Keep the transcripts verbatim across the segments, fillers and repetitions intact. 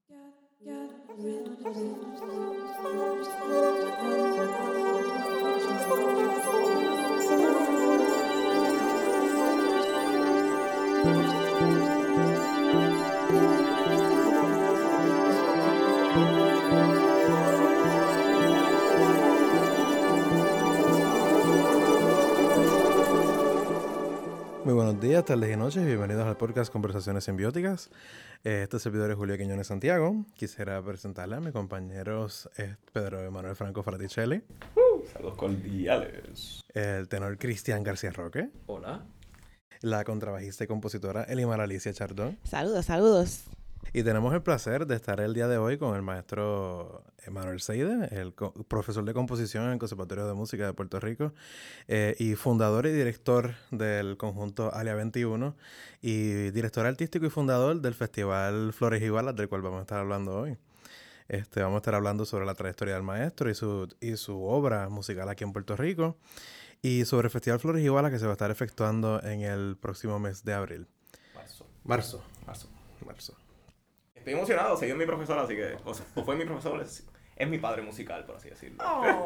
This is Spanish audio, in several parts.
Muy buenos días, tardes y noches, bienvenidos al podcast Conversaciones Simbióticas. Eh, este servidor es Julio Quiñones Santiago. Quisiera presentarle a mis compañeros eh, Pedro Emanuel Franco Fraticelli. Uh, saludos cordiales. El tenor Cristian García Roque. Hola. La contrabajista y compositora Elimar Alicia Chardón. Saludos, saludos. Y tenemos el placer de estar el día de hoy con el maestro Emanuel Seide, el co- profesor de composición en el Conservatorio de Música de Puerto Rico eh, y fundador y director del conjunto Alia veintiuno y director artístico y fundador del Festival Flores y Balas, del cual vamos a estar hablando hoy. Este, vamos a estar hablando sobre la trayectoria del maestro y su, y su obra musical aquí en Puerto Rico y sobre el Festival Flores y Balas que se va a estar efectuando en el próximo mes de abril. Marzo. Marzo. Marzo. Marzo. Estoy emocionado, seguí mi profesor, así que... O, sea, o fue mi profesor, es, es mi padre musical, por así decirlo. Oh.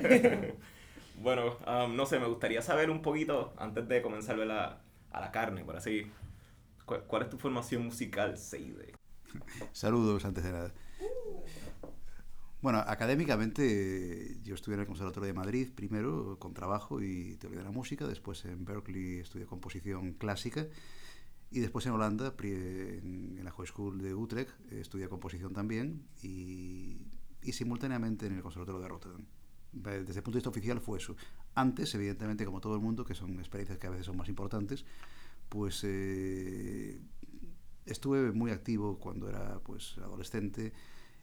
Bueno, um, no sé, me gustaría saber un poquito, antes de comenzar a la, a la carne, por así... ¿cuál, ¿Cuál es tu formación musical, Seide? Saludos, antes de nada. Bueno, académicamente yo estudié en el Conservatorio de Madrid, primero con trabajo y teoría de la música, después en Berkeley estudié composición clásica y después en Holanda, en la High School de Utrecht, estudié composición también y, y simultáneamente en el Conservatorio de Rotterdam. Desde el punto de vista oficial fue eso. Antes, evidentemente, como todo el mundo, que son experiencias que a veces son más importantes, pues eh, estuve muy activo cuando era pues adolescente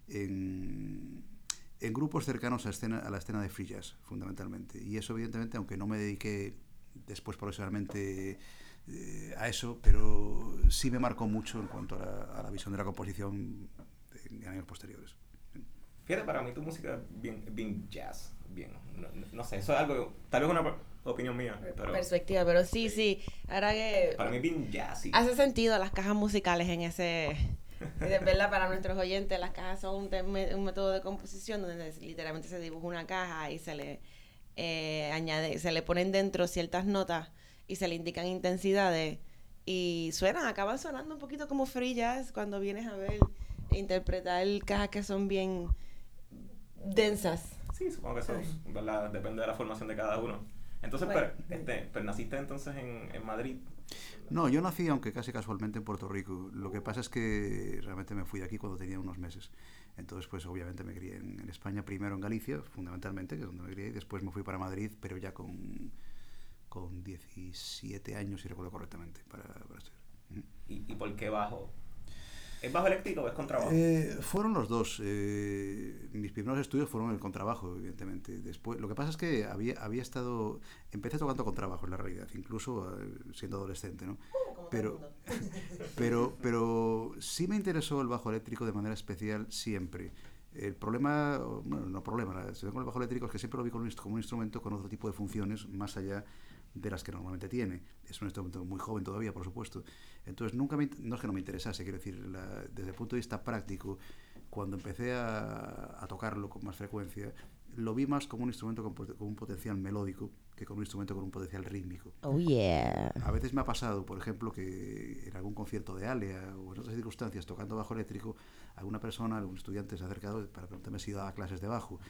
en, en grupos cercanos a, escena, a la escena de free jazz, fundamentalmente. Y eso, evidentemente, aunque no me dediqué después profesionalmente eh, a eso, pero sí me marcó mucho en cuanto a la, a la visión de la composición en años posteriores. Fíjate, para mí tu música es bien, bien jazz, bien, no, no sé, eso es algo, tal vez una opinión mía, pero... Perspectiva, pero sí, sí, ahora que... Para mí es bien jazzy. Hace sentido las cajas musicales en ese... De verdad, para nuestros oyentes, las cajas son un, te- un método de composición donde literalmente se dibuja una caja y se le eh, añade, se le ponen dentro ciertas notas y se le indican intensidades y suenan, acaban sonando un poquito como free jazz cuando vienes a ver e interpretar cajas que son bien densas. Sí, supongo que eso, ¿verdad? Depende de la formación de cada uno. Entonces, Bueno. pero, este, pero naciste entonces en, en Madrid. No, yo nací, aunque casi casualmente, en Puerto Rico. Lo que pasa es que realmente me fui de aquí cuando tenía unos meses. Entonces, pues obviamente me crié en, en España, primero en Galicia, fundamentalmente, que es donde me crié, y después me fui para Madrid, pero ya con, con diecisiete años, si recuerdo correctamente, para, para estudiar. ¿Y, ¿Y por qué bajo? ¿Es bajo eléctrico o es contrabajo? Eh, fueron los dos. Eh, mis primeros estudios fueron el contrabajo, evidentemente. Después, lo que pasa es que había, había estado... Empecé tocando contrabajo, en la realidad, incluso eh, siendo adolescente, ¿no? Pero, pero, pero sí me interesó el bajo eléctrico de manera especial siempre. El problema, bueno, no problema, la situación con el bajo eléctrico es que siempre lo vi como un, como un instrumento con otro tipo de funciones más allá de las que normalmente tiene. Es un instrumento muy joven todavía, por supuesto. Entonces, nunca me, no es que no me interesase, quiero decir, la, desde el punto de vista práctico, cuando empecé a, a tocarlo con más frecuencia, lo vi más como un instrumento con, con un potencial melódico que con un instrumento con un potencial rítmico. Oh, yeah. A veces me ha pasado, por ejemplo, que en algún concierto de Alia o en otras circunstancias, tocando bajo eléctrico, alguna persona, algún estudiante se ha acercado para preguntarme si daba clases de bajo.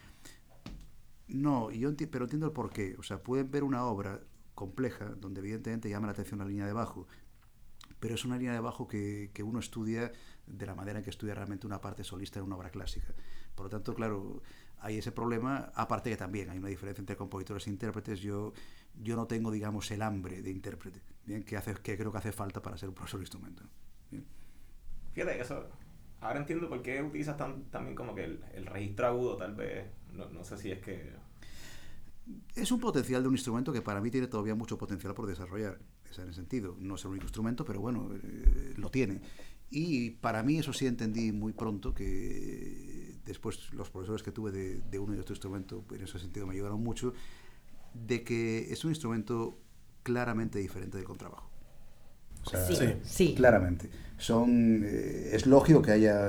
No, yo enti- pero entiendo el porqué. O sea, pueden ver una obra compleja, donde evidentemente llama la atención la línea de bajo, pero es una línea de bajo que, que uno estudia de la manera en que estudia realmente una parte solista en una obra clásica. Por lo tanto, claro, hay ese problema, aparte que también hay una diferencia entre compositores e intérpretes. Yo, yo no tengo, digamos, el hambre de intérprete, ¿bien? Que, hace, que creo que hace falta para ser un profesor de instrumento. ¿Bien? Fíjate, eso... Ahora entiendo por qué utilizas tan, también como que el, el registro agudo, tal vez. No, no sé si es que... Es un potencial de un instrumento que para mí tiene todavía mucho potencial por desarrollar. Es en el sentido, no es el único instrumento, pero bueno, eh, lo tiene. Y para mí eso sí entendí muy pronto, que después los profesores que tuve de, de uno y otro instrumento en ese sentido me ayudaron mucho, de que es un instrumento claramente diferente del contrabajo. O sea, sí, sí. Claramente. Son, eh, es lógico que haya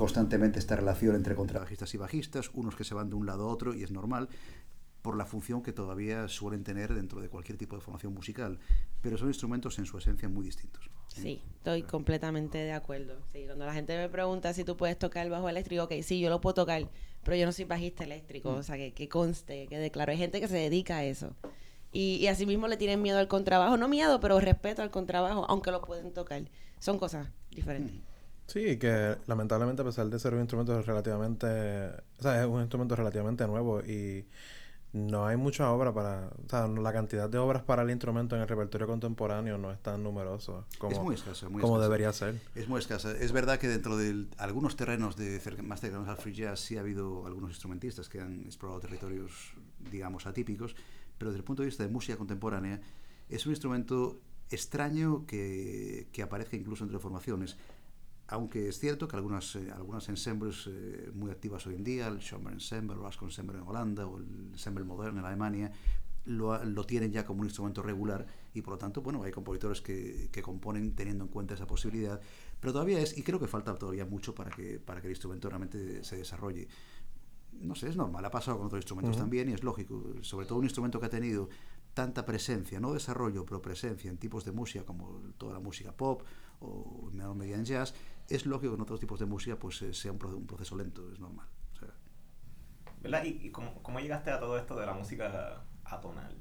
constantemente esta relación entre contrabajistas y bajistas, unos que se van de un lado a otro, y es normal, por la función que todavía suelen tener dentro de cualquier tipo de formación musical, pero son instrumentos en su esencia muy distintos. Sí, estoy completamente de acuerdo. Sí, cuando la gente me pregunta si tú puedes tocar el bajo eléctrico, ok, sí, yo lo puedo tocar, pero yo no soy bajista eléctrico, mm. o sea, que, que conste, que declaro. Hay gente que se dedica a eso. Y, y así mismo le tienen miedo al contrabajo. No miedo, pero respeto al contrabajo, aunque lo pueden tocar. Son cosas diferentes. Mm. Sí, que lamentablemente a pesar de ser un instrumento relativamente... O sea, es un instrumento relativamente nuevo y... No hay mucha obra para... O sea, la cantidad de obras para el instrumento en el repertorio contemporáneo no es tan numeroso como, es muy escasa, muy como escasa. debería ser. Es muy escasa. Es verdad que dentro de algunos terrenos de cerca, más cercanos al free jazz sí ha habido algunos instrumentistas que han explorado territorios, digamos, atípicos, pero desde el punto de vista de música contemporánea es un instrumento extraño que, que aparezca incluso entre formaciones. Aunque es cierto que algunas, eh, algunas ensembles eh, muy activas hoy en día, el Schoenberg Ensemble, el Rasco Ensemble en Holanda o el Ensemble Modern en Alemania, lo, lo tienen ya como un instrumento regular y por lo tanto, bueno, hay compositores que, que componen teniendo en cuenta esa posibilidad, pero todavía es, y creo que falta todavía mucho para que, para que el instrumento realmente se desarrolle. No sé, es normal, ha pasado con otros instrumentos uh-huh. también y es lógico, sobre todo un instrumento que ha tenido tanta presencia, no desarrollo, pero presencia en tipos de música como toda la música pop o media en jazz, es lógico que en otros tipos de música pues sea un, un proceso lento, es normal. O sea, ¿verdad? ¿Y, y cómo, cómo llegaste a todo esto de la música atonal?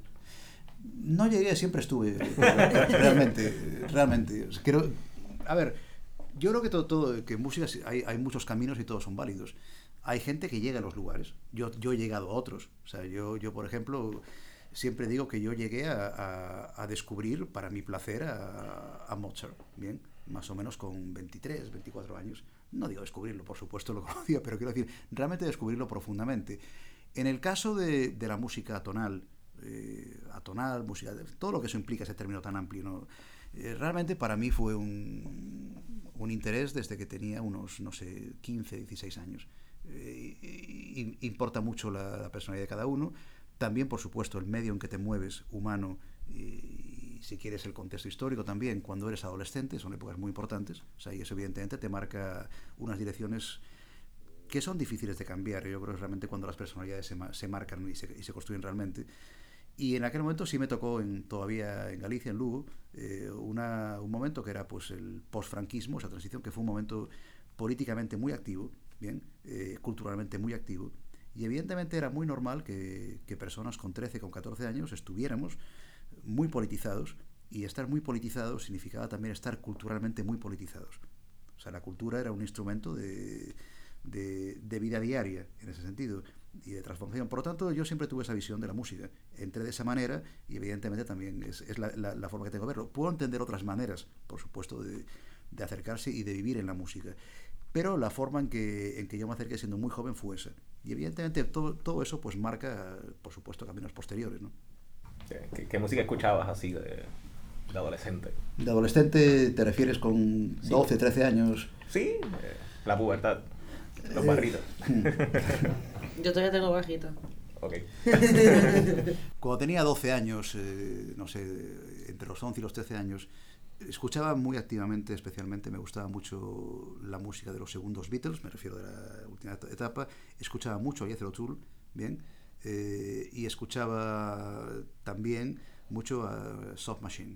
No llegué, siempre estuve, realmente, realmente. Creo, a ver, yo creo que todo, todo que en música hay, hay muchos caminos y todos son válidos. Hay gente que llega a los lugares, yo, yo he llegado a otros. O sea, yo, yo por ejemplo, siempre digo que yo llegué a, a, a descubrir, para mi placer, a, a Mozart, ¿bien? Más o menos con veintitrés, veinticuatro años. No digo descubrirlo, por supuesto lo conocía, pero quiero decir, realmente descubrirlo profundamente. En el caso de, de la música atonal, eh, atonal, música, todo lo que eso implica, ese término tan amplio, ¿no? Eh, realmente para mí fue un, un interés desde que tenía unos, no sé, quince, dieciséis años. Eh, importa mucho la, la personalidad de cada uno. También, por supuesto, el medio en que te mueves, humano, y, y si quieres el contexto histórico también, cuando eres adolescente, son épocas muy importantes. O sea, y eso evidentemente te marca unas direcciones que son difíciles de cambiar. Yo creo que es realmente cuando las personalidades se, se marcan y se, y se construyen realmente. Y en aquel momento sí me tocó, en, todavía en Galicia, en Lugo, eh, una, un momento que era pues el post-franquismo, esa transición, que fue un momento políticamente muy activo, bien, eh, culturalmente muy activo. Y evidentemente era muy normal que, que personas con trece, con catorce años estuviéramos muy politizados, y estar muy politizados significaba también estar culturalmente muy politizados. O sea, la cultura era un instrumento de, de, de vida diaria, en ese sentido, y de transformación. Por lo tanto, yo siempre tuve esa visión de la música. Entré de esa manera y evidentemente también es, es la, la, la forma que tengo de verlo. Puedo entender otras maneras, por supuesto, de, de acercarse y de vivir en la música. Pero la forma en que, en que yo me acerqué siendo muy joven fue esa. Y evidentemente todo, todo eso pues marca, por supuesto, caminos posteriores, ¿no? ¿Qué, qué música escuchabas así de, de adolescente? ¿De adolescente te refieres con doce, trece años? Sí, eh, la pubertad, los barritos. Yo todavía tengo bajito. Ok. Cuando tenía doce años, eh, no sé, entre los once y los trece años, escuchaba muy activamente, especialmente, me gustaba mucho la música de los segundos Beatles, me refiero de la última etapa, escuchaba mucho a Jethro Tull, bien, eh, y escuchaba también mucho a Soft Machine.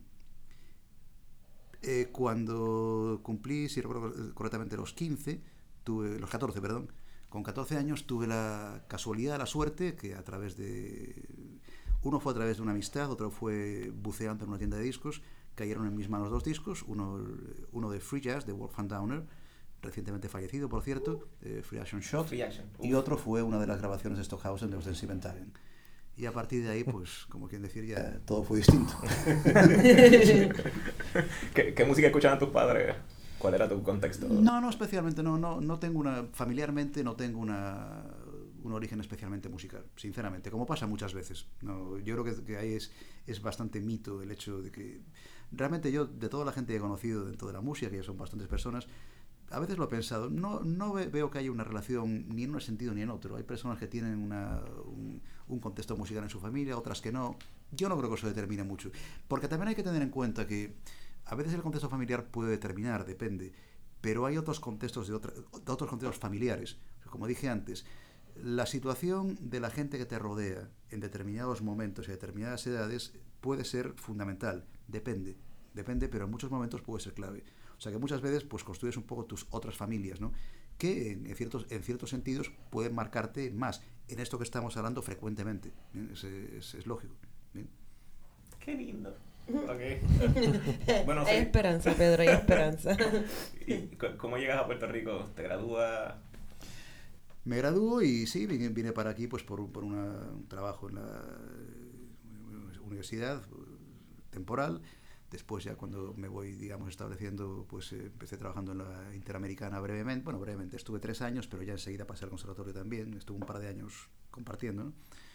Eh, cuando cumplí, si recuerdo correctamente, los quince, tuve, los catorce, perdón, con catorce años tuve la casualidad, la suerte, que a través de... Uno fue a través de una amistad, otro fue buceando en una tienda de discos, cayeron en mis manos dos discos, uno, uno de Free Jazz, de Wolfgang Downer, recientemente fallecido, por cierto, eh, Free Action Shot, Free Action. y otro fue una de las grabaciones de Stockhausen de los den Sieben Tagen. Y a partir de ahí, pues, como quien decir, ya todo fue distinto. ¿Qué, ¿Qué música escuchaban tus padres? ¿Cuál era tu contexto? No, no especialmente, no, no, no tengo una, familiarmente no tengo una, un origen especialmente musical, sinceramente, como pasa muchas veces. No, yo creo que, que ahí es, es bastante mito el hecho de que, realmente yo, de toda la gente que he conocido dentro de la música, que ya son bastantes personas, a veces lo he pensado, no, no veo que haya una relación ni en un sentido ni en otro. Hay personas que tienen una, un, un contexto musical en su familia, otras que no. Yo no creo que eso determine mucho, porque también hay que tener en cuenta que a veces el contexto familiar puede determinar, depende, pero hay otros contextos, de, otra, de otros contextos familiares. Como dije antes, la situación de la gente que te rodea en determinados momentos y a determinadas edades puede ser fundamental, depende, depende, pero en muchos momentos puede ser clave. O sea que muchas veces pues construyes un poco tus otras familias, ¿no? Que en ciertos, en ciertos sentidos pueden marcarte más en esto que estamos hablando frecuentemente. ¿Bien? Es, es, es lógico. ¿Bien? Qué lindo. Okay. Bueno, hay sí. esperanza, Pedro, hay esperanza. ¿Y cómo llegas a Puerto Rico? ¿Te gradúas? Me gradúo y sí, vine, vine para aquí pues por, un, por una, un trabajo en la universidad temporal. Después ya cuando me voy, digamos, estableciendo, pues eh, empecé trabajando en la Interamericana brevemente. Bueno, brevemente, estuve tres años, pero ya enseguida pasé al conservatorio también. Estuve un par de años compartiendo, ¿no?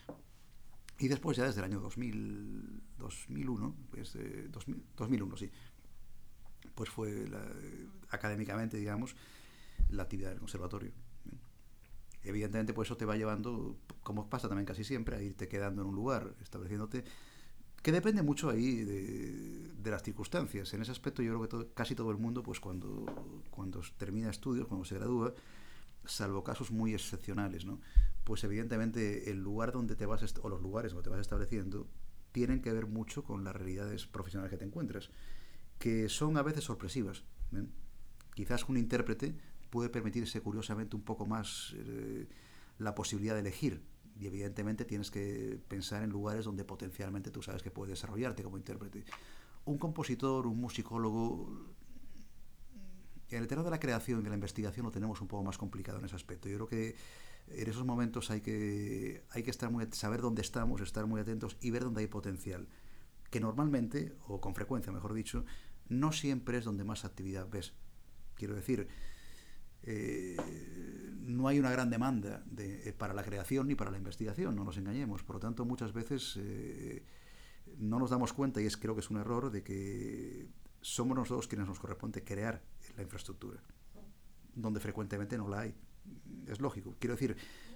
Y después ya desde el año dos mil, dos mil uno, pues, eh, dos mil, dos mil uno, sí, pues fue la, académicamente, digamos, la actividad del conservatorio. Evidentemente, pues eso te va llevando, como pasa también casi siempre, a irte quedando en un lugar, estableciéndote, que depende mucho ahí de, de las circunstancias. En ese aspecto yo creo que todo, casi todo el mundo, pues cuando, cuando termina estudios, cuando se gradúa, salvo casos muy excepcionales, ¿no? Pues evidentemente el lugar donde te vas, o los lugares donde te vas estableciendo, tienen que ver mucho con las realidades profesionales que te encuentras, que son a veces sorpresivas, ¿eh? Quizás un intérprete puede permitirse curiosamente un poco más eh, la posibilidad de elegir, y evidentemente tienes que pensar en lugares donde potencialmente tú sabes que puedes desarrollarte como intérprete. Un compositor, un musicólogo, en el terreno de la creación y de la investigación lo tenemos un poco más complicado en ese aspecto. Yo creo que en esos momentos hay que, hay que estar muy, saber dónde estamos, estar muy atentos y ver dónde hay potencial, que normalmente, o con frecuencia mejor dicho, no siempre es donde más actividad ves. Quiero decir, eh, no hay una gran demanda de, eh, para la creación ni para la investigación, no nos engañemos. Por lo tanto, muchas veces eh, no nos damos cuenta, y es, creo que es un error, de que somos nosotros quienes nos corresponde crear la infraestructura, donde frecuentemente no la hay. Es lógico. Quiero decir,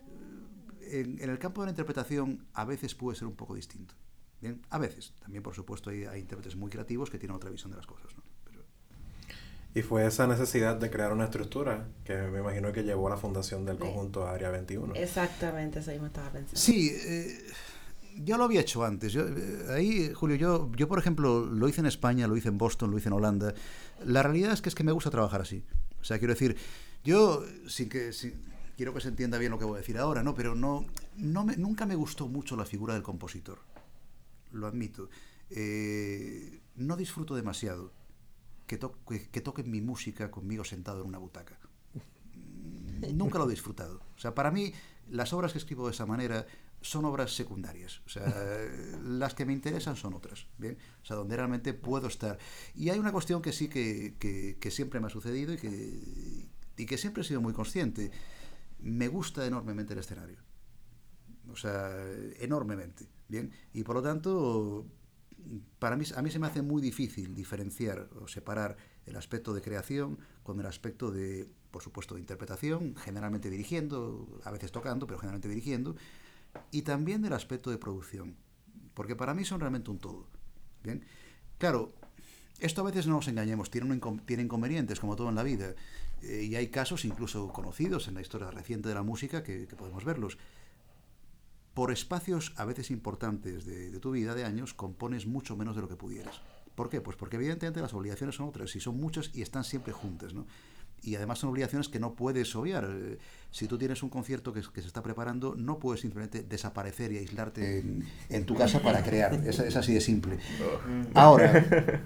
en, en el campo de la interpretación a veces puede ser un poco distinto. ¿Bien? A veces. También, por supuesto, hay, hay intérpretes muy creativos que tienen otra visión de las cosas, ¿no? Pero... Y fue esa necesidad de crear una estructura que me imagino que llevó a la fundación del conjunto Área veintiuno. Exactamente, eso mismo estaba pensando. Sí, eh, yo lo había hecho antes. Yo, eh, ahí, Julio, yo, yo, por ejemplo, lo hice en España, lo hice en Boston, lo hice en Holanda. La realidad es que es que me gusta trabajar así. O sea, quiero decir, yo, sin que... Sin, quiero que se entienda bien lo que voy a decir ahora, ¿no? Pero no, no me, nunca me gustó mucho la figura del compositor. Lo admito. Eh, no disfruto demasiado que, to que, que toquen mi música conmigo sentado en una butaca. Nunca lo he disfrutado. O sea, para mí, las obras que escribo de esa manera son obras secundarias. O sea, las que me interesan son otras. ¿Bien? O sea, donde realmente puedo estar. Y hay una cuestión que sí que, que, que siempre me ha sucedido y que, y que siempre he sido muy consciente. Me gusta enormemente el escenario. O sea, enormemente. ¿Bien? Y por lo tanto, para mí, a mí se me hace muy difícil diferenciar o separar el aspecto de creación con el aspecto de, por supuesto, de interpretación, generalmente dirigiendo, a veces tocando, pero generalmente dirigiendo, y también del aspecto de producción. Porque para mí son realmente un todo. ¿Bien? Claro, esto a veces no nos engañemos, tiene, un, tiene inconvenientes, como todo en la vida. Eh, y hay casos incluso conocidos en la historia reciente de la música que, que podemos verlos. Por espacios a veces importantes de, de tu vida, de años, compones mucho menos de lo que pudieras. ¿Por qué? Pues porque evidentemente las obligaciones son otras, y son muchas y están siempre juntas, ¿no? Y además son obligaciones que no puedes obviar. Eh, si tú tienes un concierto que, que se está preparando, no puedes simplemente desaparecer y aislarte en, en tu casa para crear. Es, es así de simple. Ahora,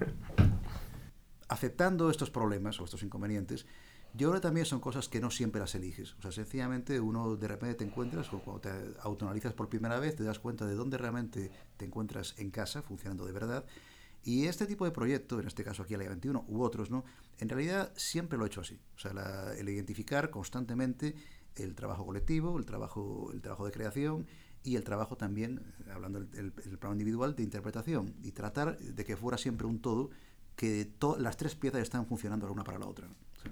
aceptando estos problemas o estos inconvenientes, yo creo que también son cosas que no siempre las eliges. O sea, sencillamente uno de repente te encuentras, o cuando te autoanalizas por primera vez, te das cuenta de dónde realmente te encuentras en casa, funcionando de verdad. Y este tipo de proyecto, en este caso aquí Área veintiuno, u otros, ¿no? En realidad siempre lo he hecho así. O sea, la, el identificar constantemente el trabajo colectivo, el trabajo, el trabajo de creación y el trabajo también, hablando del el, el plano individual, de interpretación. Y tratar de que fuera siempre un todo, que to, las tres piezas están funcionando la una para la otra, ¿no? Sí.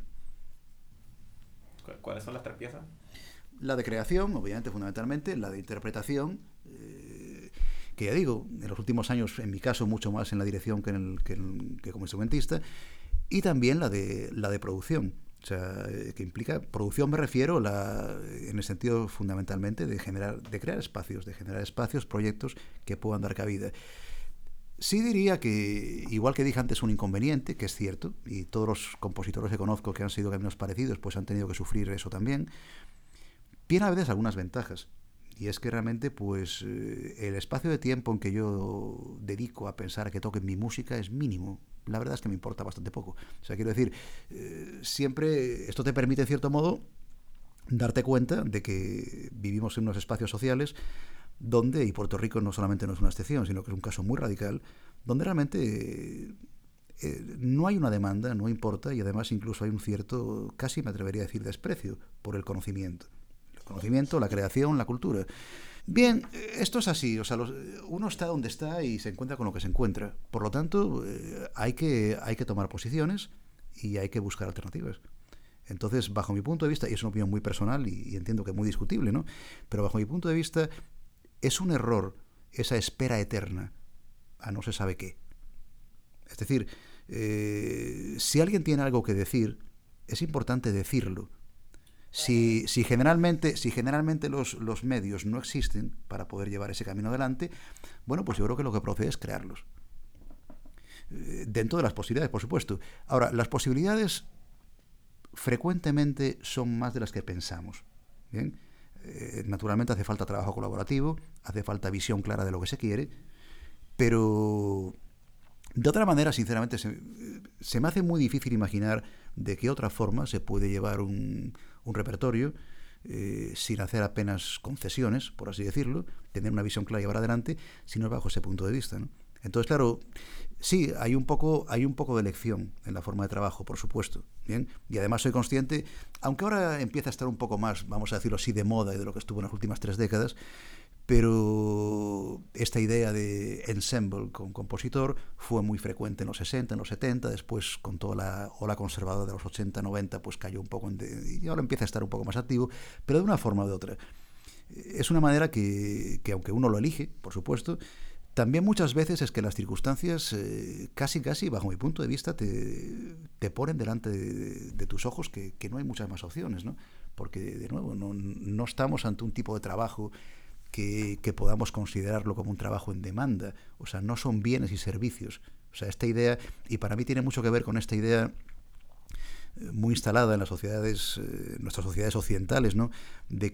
¿Cuáles son las tres piezas? La de creación, obviamente, fundamentalmente, la de interpretación, eh, que ya digo, en los últimos años, en mi caso, mucho más en la dirección que, en el, que, en, que como instrumentista, y también la de, la de producción. O sea, eh, que implica producción, me refiero la, en el sentido fundamentalmente de generar, de crear espacios, de generar espacios, proyectos que puedan dar cabida. Sí diría que, igual que dije antes, un inconveniente, que es cierto, y todos los compositores que conozco que han sido caminos parecidos, pues han tenido que sufrir eso también, tiene a veces algunas ventajas. Y es que realmente, pues, eh, el espacio de tiempo en que yo dedico a pensar a que toque mi música es mínimo. La verdad es que me importa bastante poco. O sea, quiero decir, eh, siempre esto te permite, en cierto modo, darte cuenta de que vivimos en unos espacios sociales donde, y Puerto Rico no solamente no es una excepción, sino que es un caso muy radical, donde realmente eh, eh, no hay una demanda, no importa, y además incluso hay un cierto, casi me atrevería a decir, desprecio por el conocimiento. El conocimiento, la creación, la cultura. Bien, esto es así, o sea, los, uno está donde está y se encuentra con lo que se encuentra. Por lo tanto, eh, hay que, hay que tomar posiciones y hay que buscar alternativas. Entonces, bajo mi punto de vista, y es una opinión muy personal y, y entiendo que muy discutible, ¿no? Pero bajo mi punto de vista, es un error esa espera eterna a no se sabe qué. Es decir, eh, si alguien tiene algo que decir, es importante decirlo. Si, si generalmente, si generalmente los, los medios no existen para poder llevar ese camino adelante, bueno, pues yo creo que lo que procede es crearlos. Eh, dentro de las posibilidades, por supuesto. Ahora, las posibilidades frecuentemente son más de las que pensamos. ¿Bien? Eh, naturalmente hace falta trabajo colaborativo, hace falta visión clara de lo que se quiere, pero de otra manera, sinceramente, se, se me hace muy difícil imaginar de qué otra forma se puede llevar un, un repertorio eh, sin hacer apenas concesiones, por así decirlo, tener una visión clara y llevar adelante, sino bajo ese punto de vista, ¿no? Entonces, claro, sí, hay un poco, hay un poco de elección en la forma de trabajo, por supuesto, ¿bien? Y además soy consciente, aunque ahora empieza a estar un poco más, vamos a decirlo así, de moda y de lo que estuvo en las últimas tres décadas, pero esta idea de ensemble con compositor fue muy frecuente en los sesenta, en los setenta, después con toda la ola conservadora de los ochenta, noventa, pues cayó un poco en de, y ahora empieza a estar un poco más activo, pero de una forma o de otra. Es una manera que, que aunque uno lo elige, por supuesto, también muchas veces es que las circunstancias eh, casi, casi, bajo mi punto de vista, te, te ponen delante de, de tus ojos que, que no hay muchas más opciones, ¿no? Porque, de nuevo, no, no estamos ante un tipo de trabajo que, que podamos considerarlo como un trabajo en demanda. O sea, no son bienes y servicios. O sea, esta idea, y para mí tiene mucho que ver con esta idea muy instalada en las sociedades, eh, nuestras sociedades occidentales, ¿no? De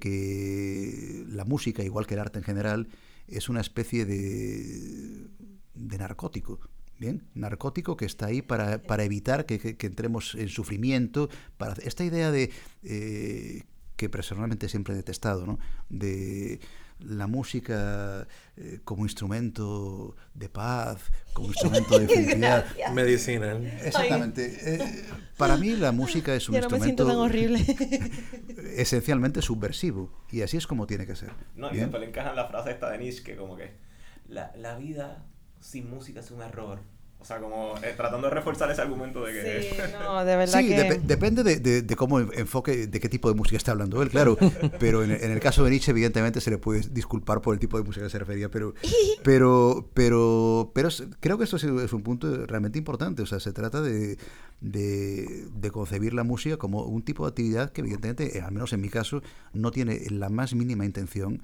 que la música, igual que el arte en general, es una especie de, de narcótico, ¿bien? Narcótico que está ahí para, para evitar que, que, que entremos en sufrimiento, para esta idea de eh, que personalmente siempre he detestado, ¿no? De la música eh, como instrumento de paz, como instrumento de felicidad. Medicinal. Exactamente. Eh, para mí la música es un Yo no instrumento me siento tan horrible. esencialmente subversivo, y así es como tiene que ser. No, y ¿bien? después le encajan la frase esta de Nietzsche, que como que la, la vida sin música es un error. O sea, como eh, tratando de reforzar ese argumento de que... Sí, no, de verdad Sí, que... dep- depende de, de, de cómo enfoque, de qué tipo de música está hablando él, claro. Pero en, en el caso de Nietzsche, evidentemente, se le puede disculpar por el tipo de música que se refería, pero, pero, pero, pero es- creo que esto es, es un punto realmente importante. O sea, se trata de, de, de concebir la música como un tipo de actividad que, evidentemente, eh, al menos en mi caso, no tiene la más mínima intención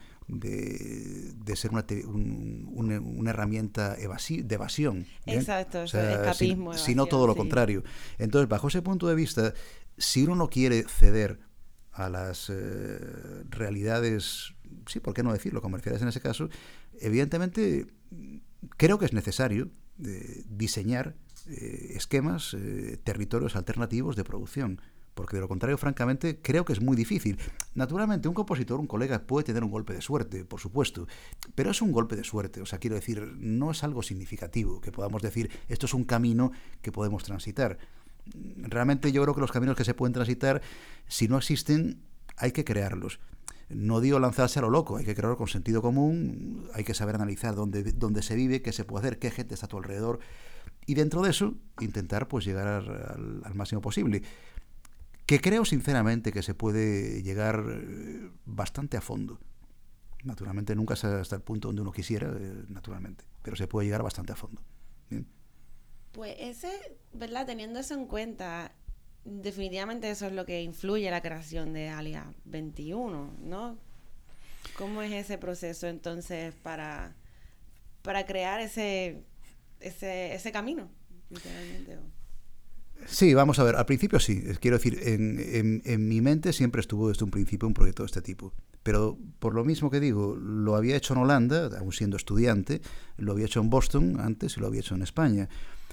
de, de ser una, te- un- una, una herramienta evasi- de evasión. ¿bien? Exacto, O eso, escapismo, si, si no evasión, todo lo sí. contrario. Entonces, bajo ese punto de vista, si uno no quiere ceder a las eh, realidades, sí, ¿por qué no decirlo?, comerciales en ese caso, evidentemente creo que es necesario eh, diseñar eh, esquemas, eh, territorios alternativos de producción. Porque de lo contrario, francamente, creo que es muy difícil. Naturalmente, un compositor, un colega, puede tener un golpe de suerte, por supuesto, pero es un golpe de suerte. O sea, quiero decir, no es algo significativo que podamos decir, esto es un camino que podemos transitar. Realmente yo creo que los caminos que se pueden transitar, si no existen, hay que crearlos. No digo lanzarse a lo loco, hay que crearlo con sentido común, hay que saber analizar dónde, dónde se vive, qué se puede hacer, qué gente está a tu alrededor, y dentro de eso, intentar pues llegar al, al máximo posible. Que creo sinceramente que se puede llegar eh, bastante a fondo. Naturalmente nunca hasta el punto donde uno quisiera, eh, naturalmente, pero se puede llegar bastante a fondo. ¿Bien? Pues ese, ¿verdad? Teniendo eso en cuenta, definitivamente eso es lo que influye la creación de Alia veintiuno, ¿no? ¿Cómo es ese proceso entonces para, para crear ese, ese, ese camino, literalmente? Sí, vamos a ver, al principio sí, quiero decir, en, en, en mi mente siempre estuvo desde un principio un proyecto de este tipo, pero por lo mismo que digo, lo había hecho en Holanda, aún siendo estudiante, lo había hecho en Boston antes y lo había hecho en España.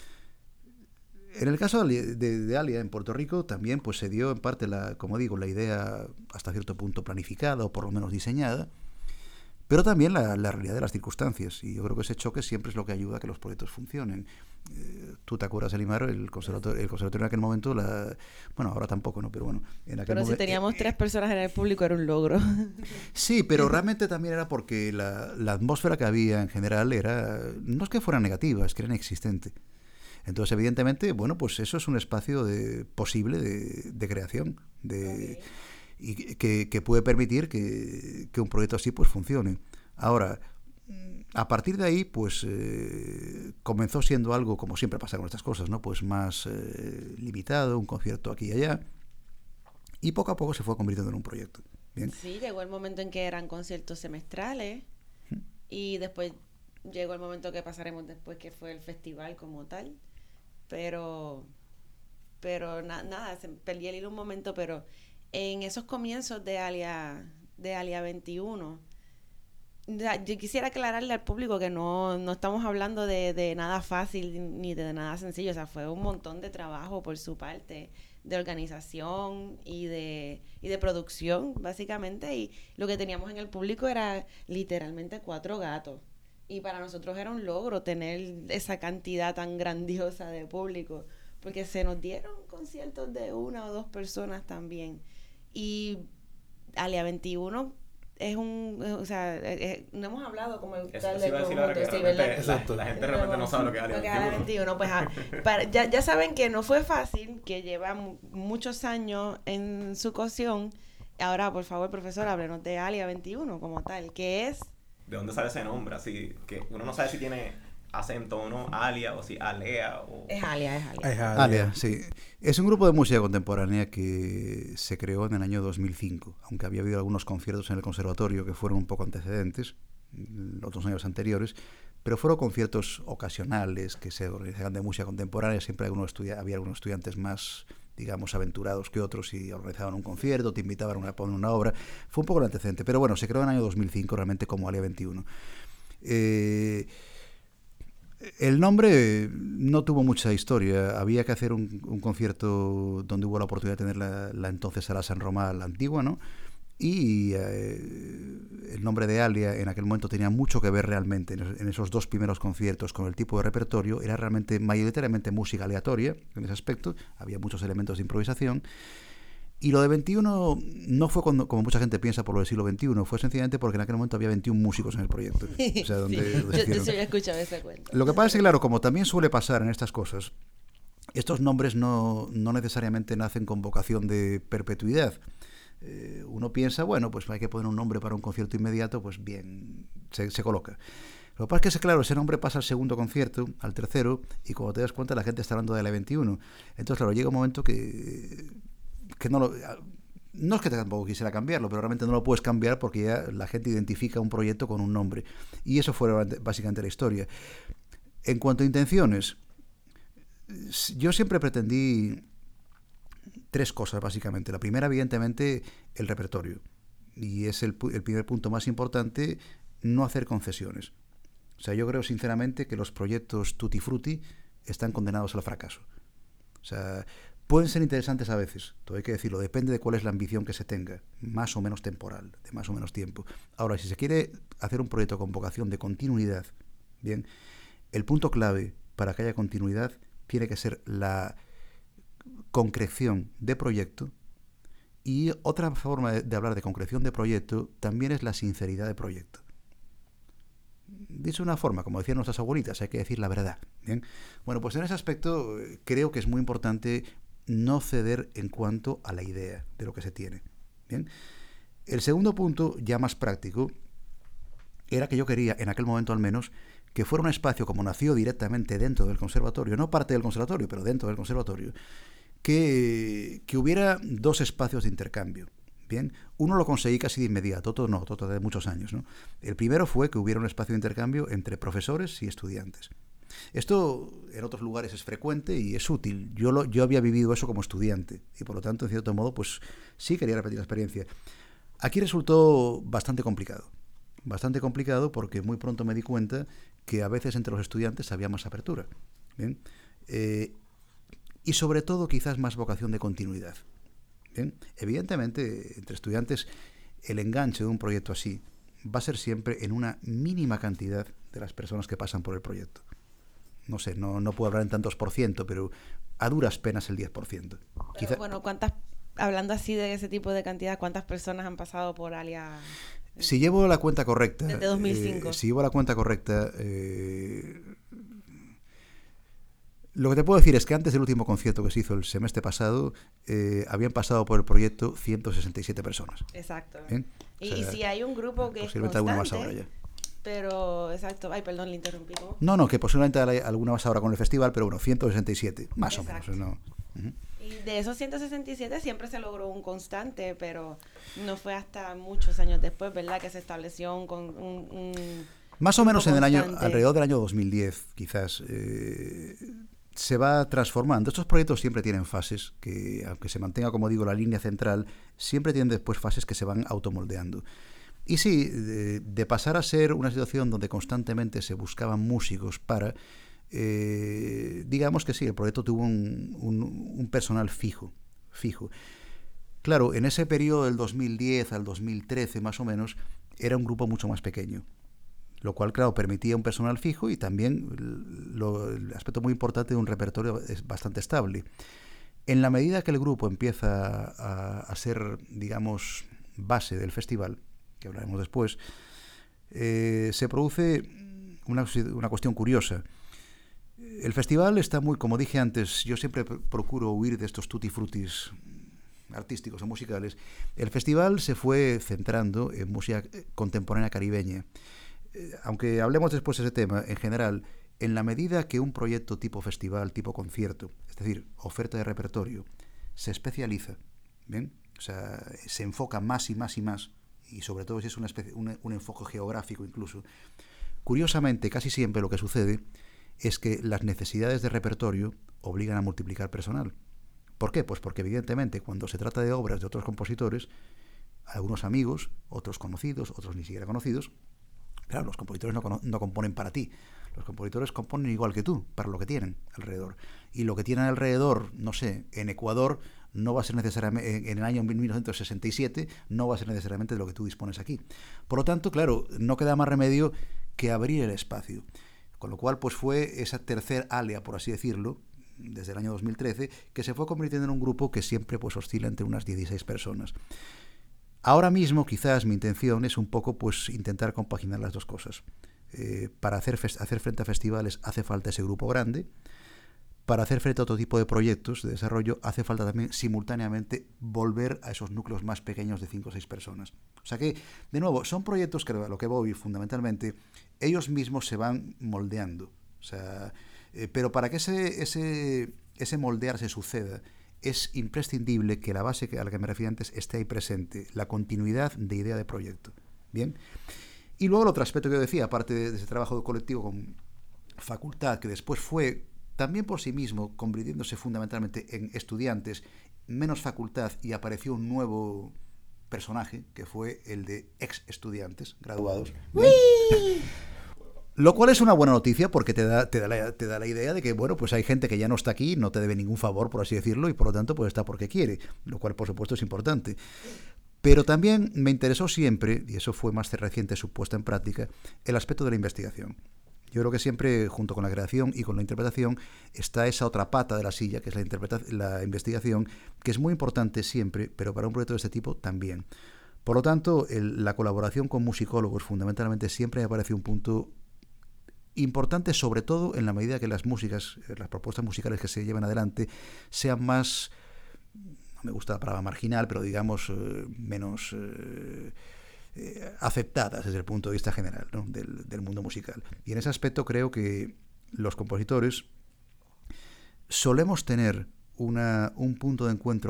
En el caso de, de, de Alia, en Puerto Rico, también pues se dio en parte, la, como digo, la idea hasta cierto punto planificada o por lo menos diseñada, pero también la, la realidad de las circunstancias. Y yo creo que ese choque siempre es lo que ayuda a que los proyectos funcionen. Eh, Tú te acuerdas, Elimar, el conservatorio, el conservatorio en aquel momento, la, bueno, ahora tampoco, ¿no? Pero bueno, en aquel Pero momento... si teníamos eh, tres personas en el público era un logro. Sí, pero realmente también era porque la, la atmósfera que había en general era, no es que fuera negativa, es que era inexistente. Entonces, evidentemente, bueno, pues eso es un espacio de, posible de, de creación de, okay. y que, que puede permitir que, que un proyecto así pues funcione. Ahora, a partir de ahí, pues eh, comenzó siendo algo, como siempre pasa con estas cosas, ¿no? Pues más eh, limitado, un concierto aquí y allá, y poco a poco se fue convirtiendo en un proyecto. ¿Bien? Sí, llegó el momento en que eran conciertos semestrales ¿Mm? y después llegó el momento que pasaremos después, que fue el festival como tal. Pero, pero na, nada, se perdí el hilo un momento, pero en esos comienzos de Alia, de Alia veintiuno, yo quisiera aclararle al público que no, no estamos hablando de, de nada fácil ni de nada sencillo, o sea, fue un montón de trabajo por su parte, de organización y de, y de producción, básicamente, y lo que teníamos en el público era literalmente cuatro gatos. Y para nosotros era un logro tener esa cantidad tan grandiosa de público, porque se nos dieron conciertos de una o dos personas también. Y Alia veintiuno es un, o sea, es, no hemos hablado como el tal de conjunto, sí, ¿verdad? La, la gente realmente no sabe lo que es Alia veintiuno. Alia veintiuno, pues a, para, ya, ya saben que no fue fácil, que lleva mu- muchos años en su cocción. Ahora, por favor, profesor, háblenos de Alia veintiuno como tal, que es... ¿De dónde sale ese nombre? Así que uno no sabe si tiene acento o no, Alia, o si Alea, o... Es Alia, es Alia. Es Alia. Alia, sí. Es un grupo de música contemporánea que se creó en el año dos mil cinco, aunque había habido algunos conciertos en el conservatorio que fueron un poco antecedentes, los dos años anteriores, pero fueron conciertos ocasionales que se organizaban de música contemporánea. Siempre algunos estudia- había algunos estudiantes más, digamos, aventurados que otros y organizaban un concierto, te invitaban a poner una obra. Fue un poco el antecedente, pero bueno, se creó en el año dos mil cinco realmente como Alia veintiuno. Eh, el nombre no tuvo mucha historia. Había que hacer un, un concierto donde hubo la oportunidad de tener la, la entonces Sala San Román, la antigua, ¿no? Y eh, el nombre de Alia en aquel momento tenía mucho que ver realmente en, en esos dos primeros conciertos con el tipo de repertorio. Era realmente mayoritariamente música aleatoria en ese aspecto, había muchos elementos de improvisación. Y lo de veintiuno no fue cuando, como mucha gente piensa por lo del siglo veintiuno, fue sencillamente porque en aquel momento había veintiún músicos en el proyecto. O sea, donde, sí, donde yo, yo sí había escuchado ese cuento. Lo que pasa es que, claro, como también suele pasar en estas cosas, estos nombres no, no necesariamente nacen con vocación de perpetuidad. Eh, uno piensa, bueno, pues hay que poner un nombre para un concierto inmediato, pues bien, se, se coloca. Lo que pasa es que, claro, ese nombre pasa al segundo concierto, al tercero, y cuando te das cuenta la gente está hablando de la veintiuno. Entonces, claro, llega un momento que, que no lo... No es que tampoco quisiera cambiarlo, pero realmente no lo puedes cambiar porque ya la gente identifica un proyecto con un nombre. Y eso fue básicamente la historia. En cuanto a intenciones, yo siempre pretendí tres cosas, básicamente. La primera, evidentemente, el repertorio. Y es el, el primer punto más importante, no hacer concesiones. O sea, yo creo sinceramente que los proyectos tutti frutti están condenados al fracaso. O sea, pueden ser interesantes a veces, todo hay que decirlo, depende de cuál es la ambición que se tenga, más o menos temporal, de más o menos tiempo. Ahora, si se quiere hacer un proyecto con vocación de continuidad, bien, el punto clave para que haya continuidad tiene que ser la concreción de proyecto, y otra forma de, de hablar de concreción de proyecto también es la sinceridad de proyecto. Dicho de una forma, como decían nuestras abuelitas, hay que decir la verdad. ¿Bien? Bueno, pues en ese aspecto creo que es muy importante no ceder en cuanto a la idea de lo que se tiene. ¿Bien? El segundo punto, ya más práctico, era que yo quería, en aquel momento al menos, que fuera un espacio como nació directamente dentro del conservatorio, no parte del conservatorio, pero dentro del conservatorio, que, que hubiera dos espacios de intercambio. Bien, uno lo conseguí casi de inmediato, otro no, otro de muchos años, ¿no? El primero fue que hubiera un espacio de intercambio entre profesores y estudiantes. Esto en otros lugares es frecuente y es útil. Yo, lo, yo había vivido eso como estudiante y por lo tanto, en cierto modo, pues sí quería repetir la experiencia. Aquí resultó bastante complicado. Bastante complicado porque muy pronto me di cuenta que a veces entre los estudiantes había más apertura. ¿Bien? Eh, y sobre todo quizás más vocación de continuidad. ¿Bien? Evidentemente, entre estudiantes, el enganche de un proyecto así va a ser siempre en una mínima cantidad de las personas que pasan por el proyecto. No sé, no, no puedo hablar en tantos por ciento, pero a duras penas el diez por ciento. Pero, Quizá, bueno, ¿cuántas, hablando así de ese tipo de cantidad, cuántas personas han pasado por Alia? Si llevo la cuenta correcta... Desde dos mil cinco. Eh, si llevo la cuenta correcta... Eh, lo que te puedo decir es que antes del último concierto que se hizo el semestre pasado, eh, habían pasado por el proyecto ciento sesenta y siete personas. Exacto. ¿Bien? Y, O sea, y si hay un grupo que es posiblemente alguna más constante, ahora ya. pero, exacto, ay, perdón, le interrumpí. ¿Cómo? No, no, que posiblemente hay alguna más ahora con el festival, pero bueno, ciento sesenta y siete, más Exacto. o menos. ¿no? Uh-huh. Y de esos ciento sesenta y siete siempre se logró un constante, pero no fue hasta muchos años después, ¿verdad?, que se estableció un... un, un más o menos en el año, constante. alrededor del año dos mil diez, quizás, eh, se va transformando. Estos proyectos siempre tienen fases, que aunque se mantenga, como digo, la línea central, siempre tienen después fases que se van automoldeando. Y sí, de, de pasar a ser una situación donde constantemente se buscaban músicos para... Eh, digamos que sí, el proyecto tuvo un, un, un personal fijo, fijo. Claro, en ese periodo del dos mil diez al dos mil trece, más o menos, era un grupo mucho más pequeño. Lo cual, claro, permitía un personal fijo y también lo, el aspecto muy importante de un repertorio es bastante estable. En la medida que el grupo empieza a, a ser, digamos, base del festival, que hablaremos después, eh, se produce una, una cuestión curiosa. El festival está muy, como dije antes, yo siempre procuro huir de estos tutti frutis artísticos o musicales. El festival se fue centrando en música contemporánea caribeña. Aunque hablemos después de ese tema, en general, en la medida que un proyecto tipo festival, tipo concierto, es decir, oferta de repertorio, se especializa, ¿bien? O sea, se enfoca más y más y más, y sobre todo si es una especie, un, un enfoque geográfico incluso, curiosamente, casi siempre lo que sucede es que las necesidades de repertorio obligan a multiplicar personal. ¿Por qué? Pues porque evidentemente cuando se trata de obras de otros compositores, algunos amigos, otros conocidos, otros ni siquiera conocidos, claro, los compositores no, no componen para ti. Los compositores componen igual que tú, para lo que tienen alrededor. Y lo que tienen alrededor, no sé, en Ecuador, no va a ser necesariamente, en el año mil novecientos sesenta y siete, no va a ser necesariamente de lo que tú dispones aquí. Por lo tanto, claro, no queda más remedio que abrir el espacio. Con lo cual, pues fue esa tercer alea, por así decirlo, desde el año dos mil trece, que se fue convirtiendo en un grupo que siempre pues oscila entre unas dieciséis personas. Ahora mismo, quizás mi intención es un poco pues intentar compaginar las dos cosas. Eh, para hacer, hacer frente a festivales hace falta ese grupo grande. Para hacer frente a otro tipo de proyectos de desarrollo hace falta también simultáneamente volver a esos núcleos más pequeños de cinco o seis personas. O sea que, de nuevo, son proyectos que a lo que voy fundamentalmente, ellos mismos se van moldeando. O sea, eh, pero para que ese, ese, ese moldearse suceda, es imprescindible que la base a la que me refiero antes esté ahí presente, la continuidad de idea de proyecto. ¿Bien? Y luego el otro aspecto que yo decía, aparte de ese trabajo colectivo con facultad, que después fue también por sí mismo convirtiéndose fundamentalmente en estudiantes, menos facultad, y apareció un nuevo personaje, que fue el de ex estudiantes graduados. Lo cual es una buena noticia porque te da, te da, la, te da la idea de que, bueno, pues hay gente que ya no está aquí, no te debe ningún favor, por así decirlo, y por lo tanto pues está porque quiere, lo cual por supuesto es importante. Pero también me interesó siempre, y eso fue más reciente su puesta en práctica, el aspecto de la investigación. Yo creo que siempre, junto con la creación y con la interpretación, está esa otra pata de la silla, que es la, interpreta- la investigación, que es muy importante siempre, pero para un proyecto de este tipo también. Por lo tanto, el, la colaboración con musicólogos fundamentalmente siempre me parece un punto importante, sobre todo en la medida que las músicas, las propuestas musicales que se llevan adelante sean más, no me gusta la palabra marginal, pero digamos eh, menos eh, eh, aceptadas desde el punto de vista general, ¿no? del, del mundo musical. Y en ese aspecto creo que los compositores solemos tener una, un punto de encuentro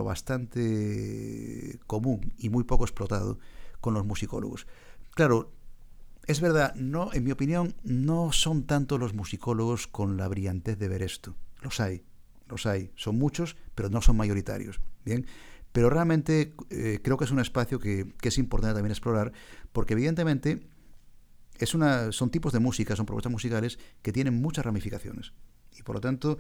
bastante común y muy poco explotado con los musicólogos. Claro, es verdad, no, en mi opinión, no son tanto los musicólogos con la brillantez de ver esto. Los hay, los hay. Son muchos, pero no son mayoritarios. Bien, pero realmente eh, creo que es un espacio que, que es importante también explorar, porque evidentemente es una, son tipos de música, son propuestas musicales que tienen muchas ramificaciones. Y por lo tanto,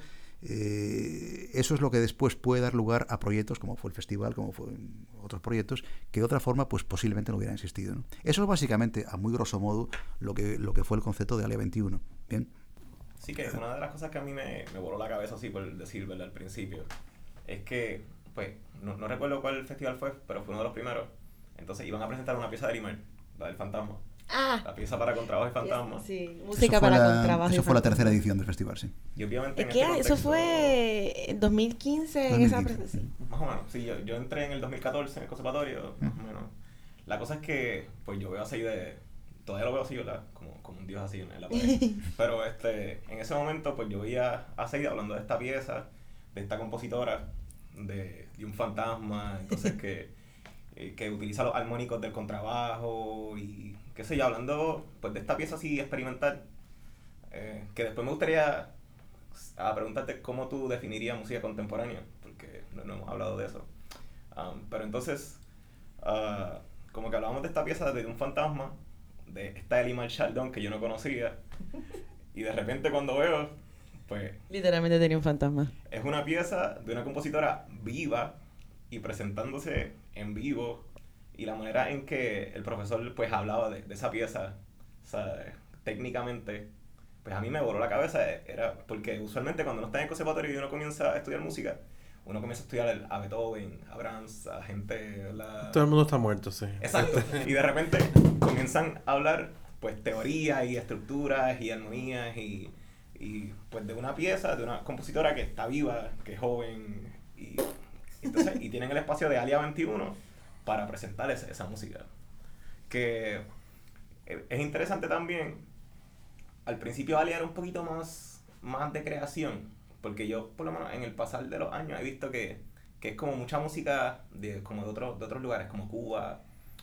eh, eso es lo que después puede dar lugar a proyectos como fue el festival, como fue otros proyectos, que de otra forma pues posiblemente no hubieran existido, ¿no? Eso es básicamente, a muy grosso modo, lo que, lo que fue el concepto de Alia veintiuno. Bien. Sí, que una de las cosas que a mí me, me voló la cabeza, así por decir, ¿verdad? Al principio, es que, pues, no, no recuerdo cuál festival fue, pero fue uno de los primeros. Entonces iban a presentar una pieza de Limar, la del fantasma. Ah, la pieza para contrabajo y fantasma. Sí, música para la, contrabajo. Eso fue la tercera edición del festival, sí. Y obviamente es en que este contexto, eso fue en dos mil quince, en esa presentación. Más o menos, sí, yo, yo entré en el dos mil catorce en el conservatorio, más o menos. La cosa es que, pues yo veo así de, todavía lo veo así, ¿verdad? Como, como un dios así en la pared. Pero este, en ese momento, pues yo veía a Seida hablando de esta pieza, de esta compositora, de, de un fantasma, entonces que, eh, que utiliza los armónicos del contrabajo y qué sé yo, hablando pues de esta pieza así experimental, eh, que después me gustaría a preguntarte cómo tú definirías música contemporánea, porque no, no hemos hablado de eso. Um, pero entonces, uh, como que hablábamos de esta pieza de un fantasma, de esta Elimar Chaldón que yo no conocía, y de repente cuando veo, pues... Literalmente tenía un fantasma. Es una pieza de una compositora viva y presentándose en vivo, y la manera en que el profesor pues hablaba de, de esa pieza, o sea, técnicamente, pues a mí me voló la cabeza, era porque usualmente cuando uno está en el conservatorio y uno comienza a estudiar música, uno comienza a estudiar a Beethoven, a Brahms, a gente... La... Todo el mundo está muerto, sí. Exacto. Y de repente comienzan a hablar pues teorías y estructuras y armonías y, y pues de una pieza, de una compositora que está viva, que es joven y, entonces, y tienen el espacio de Alia veintiuno para presentar esa, esa música. Que es interesante también. Al principio Alia era un poquito más, más de creación, porque yo por lo menos en el pasar de los años he visto que, que es como mucha música de, como de, otro, de otros lugares, como Cuba,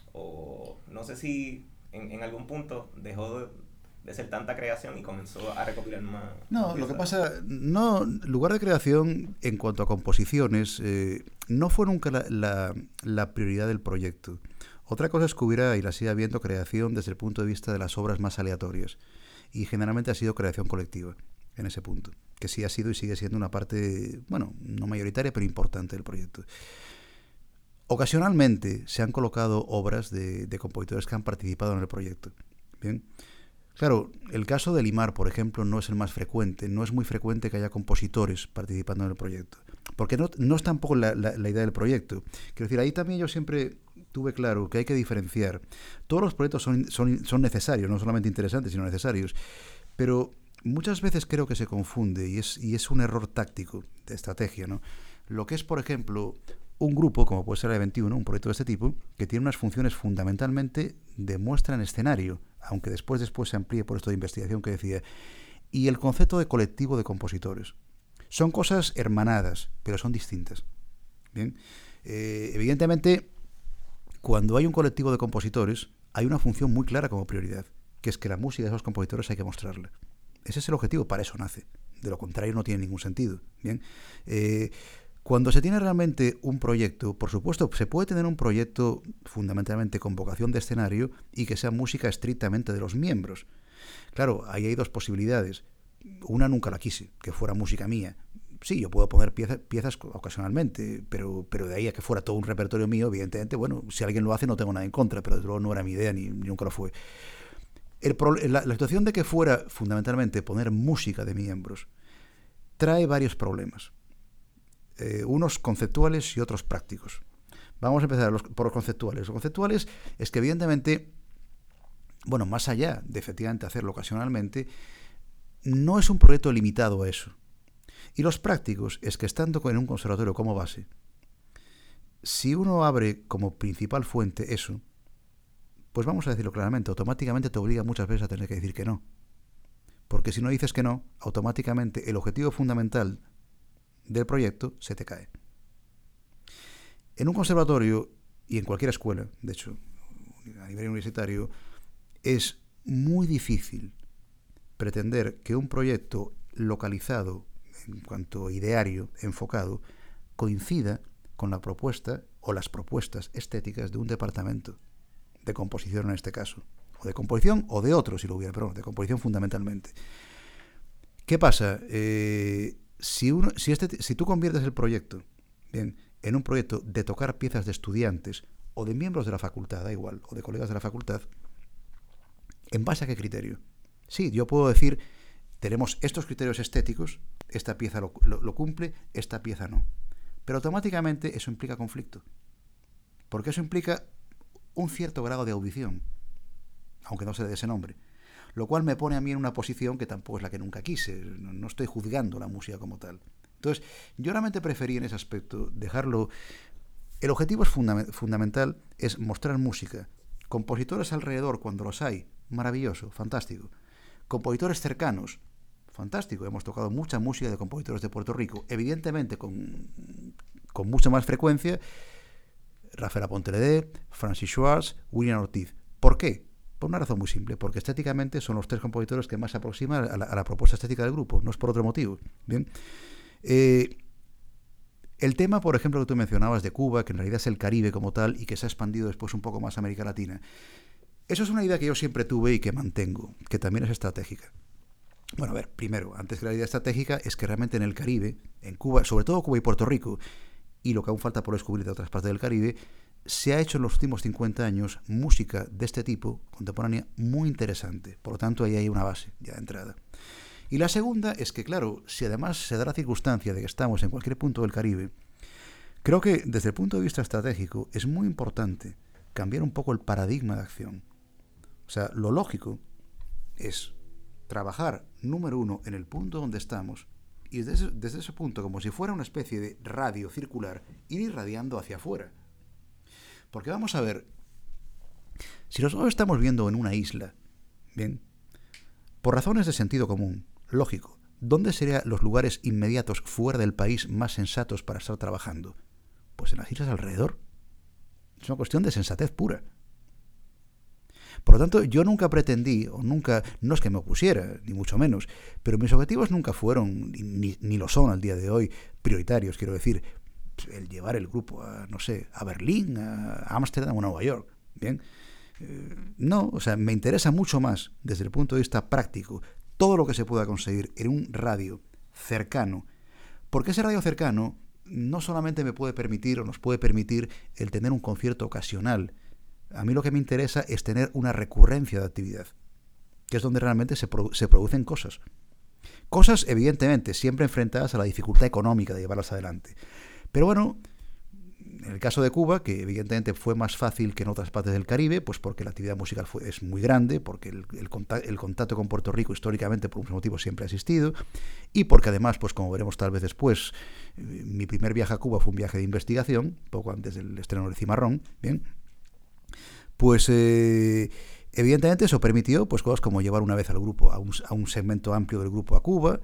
o no sé si en, en algún punto dejó de, de ser tanta creación y comenzó a recopilar más. No, más lo que piezas. pasa, no, lugar de creación en cuanto a composiciones, eh, no fue nunca la, la, la prioridad del proyecto. Otra cosa es que hubiera y la sigue habiendo creación desde el punto de vista de las obras más aleatorias. Y generalmente ha sido creación colectiva en ese punto, que sí ha sido y sigue siendo una parte, bueno, no mayoritaria, pero importante del proyecto. Ocasionalmente se han colocado obras de, de compositores que han participado en el proyecto. Bien. Claro, el caso de Limar, por ejemplo, no es el más frecuente. No es muy frecuente que haya compositores participando en el proyecto. Porque no, no es tampoco la, la, la idea del proyecto. Quiero decir, ahí también yo siempre tuve claro que hay que diferenciar. Todos los proyectos son, son, son necesarios, no solamente interesantes, sino necesarios. Pero muchas veces creo que se confunde y es, y es un error táctico de estrategia, ¿no? Lo que es, por ejemplo, un grupo, como puede ser el veintiuno, un proyecto de este tipo, que tiene unas funciones fundamentalmente de muestra en escenario, aunque después, después se amplíe por esto de investigación que decía, y el concepto de colectivo de compositores. Son cosas hermanadas, pero son distintas. Bien, eh, evidentemente, cuando hay un colectivo de compositores, hay una función muy clara como prioridad, que es que la música de esos compositores hay que mostrarla. Ese es el objetivo, para eso nace. De lo contrario no tiene ningún sentido. Bien, eh, cuando se tiene realmente un proyecto, por supuesto, se puede tener un proyecto fundamentalmente con vocación de escenario y que sea música estrictamente de los miembros. Claro, ahí hay dos posibilidades. Una nunca la quise, que fuera música mía. Sí, yo puedo poner piezas, piezas ocasionalmente, pero, pero de ahí a que fuera todo un repertorio mío, evidentemente, bueno, si alguien lo hace no tengo nada en contra, pero desde luego no era mi idea ni, ni nunca lo fue. El pro, la, la situación de que fuera fundamentalmente poner música de miembros trae varios problemas. Eh, unos conceptuales y otros prácticos. Vamos a empezar los, por los conceptuales. Los conceptuales es que evidentemente, bueno, más allá de efectivamente hacerlo ocasionalmente, no es un proyecto limitado a eso. Y los prácticos es que estando en un conservatorio como base, si uno abre como principal fuente eso, pues vamos a decirlo claramente, automáticamente te obliga muchas veces a tener que decir que no. Porque si no dices que no, automáticamente el objetivo fundamental del proyecto se te cae. En un conservatorio y en cualquier escuela, de hecho, a nivel universitario, es muy difícil pretender que un proyecto localizado, en cuanto a ideario, enfocado, coincida con la propuesta o las propuestas estéticas de un departamento de composición en este caso, o de composición o de otro si lo hubiera, pero de composición fundamentalmente. ¿Qué pasa? Eh, si, uno, si, este, si tú conviertes el proyecto, bien, en un proyecto de tocar piezas de estudiantes o de miembros de la facultad, da igual, o de colegas de la facultad, ¿en base a qué criterio? Sí, yo puedo decir, tenemos estos criterios estéticos, esta pieza lo, lo, lo cumple, esta pieza no. Pero automáticamente eso implica conflicto. Porque eso implica un cierto grado de audición, aunque no se le dé ese nombre. Lo cual me pone a mí en una posición que tampoco es la que nunca quise. No, no estoy juzgando la música como tal. Entonces, yo realmente preferí en ese aspecto dejarlo... El objetivo es fundament- fundamental, es mostrar música. Compositores alrededor, cuando los hay, maravilloso, fantástico. Compositores cercanos, fantástico. Hemos tocado mucha música de compositores de Puerto Rico. Evidentemente, con, con mucha más frecuencia, Rafael Aponte-Ledé, Francis Schwartz, William Ortiz. ¿Por qué? Por una razón muy simple, porque estéticamente son los tres compositores que más se aproximan a la, a la propuesta estética del grupo, no es por otro motivo. Bien. Eh, el tema, por ejemplo, que tú mencionabas de Cuba, que en realidad es el Caribe como tal y que se ha expandido después un poco más a América Latina, eso es una idea que yo siempre tuve y que mantengo, que también es estratégica. Bueno, a ver, primero, antes que la idea estratégica, es que realmente en el Caribe, en Cuba, sobre todo Cuba y Puerto Rico, y lo que aún falta por descubrir de otras partes del Caribe, se ha hecho en los últimos cincuenta años música de este tipo, contemporánea, muy interesante. Por lo tanto, ahí hay una base ya de entrada. Y la segunda es que, claro, si además se da la circunstancia de que estamos en cualquier punto del Caribe, creo que desde el punto de vista estratégico es muy importante cambiar un poco el paradigma de acción. O sea, lo lógico es trabajar, número uno, en el punto donde estamos y desde ese, desde ese punto, como si fuera una especie de radio circular, ir irradiando hacia afuera. Porque vamos a ver, si nosotros estamos viendo en una isla, bien, por razones de sentido común, lógico, ¿dónde serían los lugares inmediatos fuera del país más sensatos para estar trabajando? Pues en las islas alrededor. Es una cuestión de sensatez pura. Por lo tanto, yo nunca pretendí, o nunca, no es que me opusiera, ni mucho menos, pero mis objetivos nunca fueron, ni, ni lo son al día de hoy, prioritarios, quiero decir, el llevar el grupo a, no sé, a Berlín, a Ámsterdam o a Nueva York, ¿bien? Eh, no, o sea, me interesa mucho más, desde el punto de vista práctico, todo lo que se pueda conseguir en un radio cercano, porque ese radio cercano no solamente me puede permitir, o nos puede permitir, el tener un concierto ocasional. A mí lo que me interesa es tener una recurrencia de actividad, que es donde realmente se, produ- se producen cosas. Cosas, evidentemente, siempre enfrentadas a la dificultad económica de llevarlas adelante. Pero bueno, en el caso de Cuba, que evidentemente fue más fácil que en otras partes del Caribe, pues porque la actividad musical fue, es muy grande, porque el, el, contacto, el contacto con Puerto Rico históricamente por muchos motivos siempre ha existido, y porque además, pues como veremos tal vez después, eh, mi primer viaje a Cuba fue un viaje de investigación, poco antes del estreno del Cimarrón, ¿bien? Pues eh, evidentemente eso permitió pues cosas como llevar una vez al grupo, a un, a un segmento amplio del grupo a Cuba,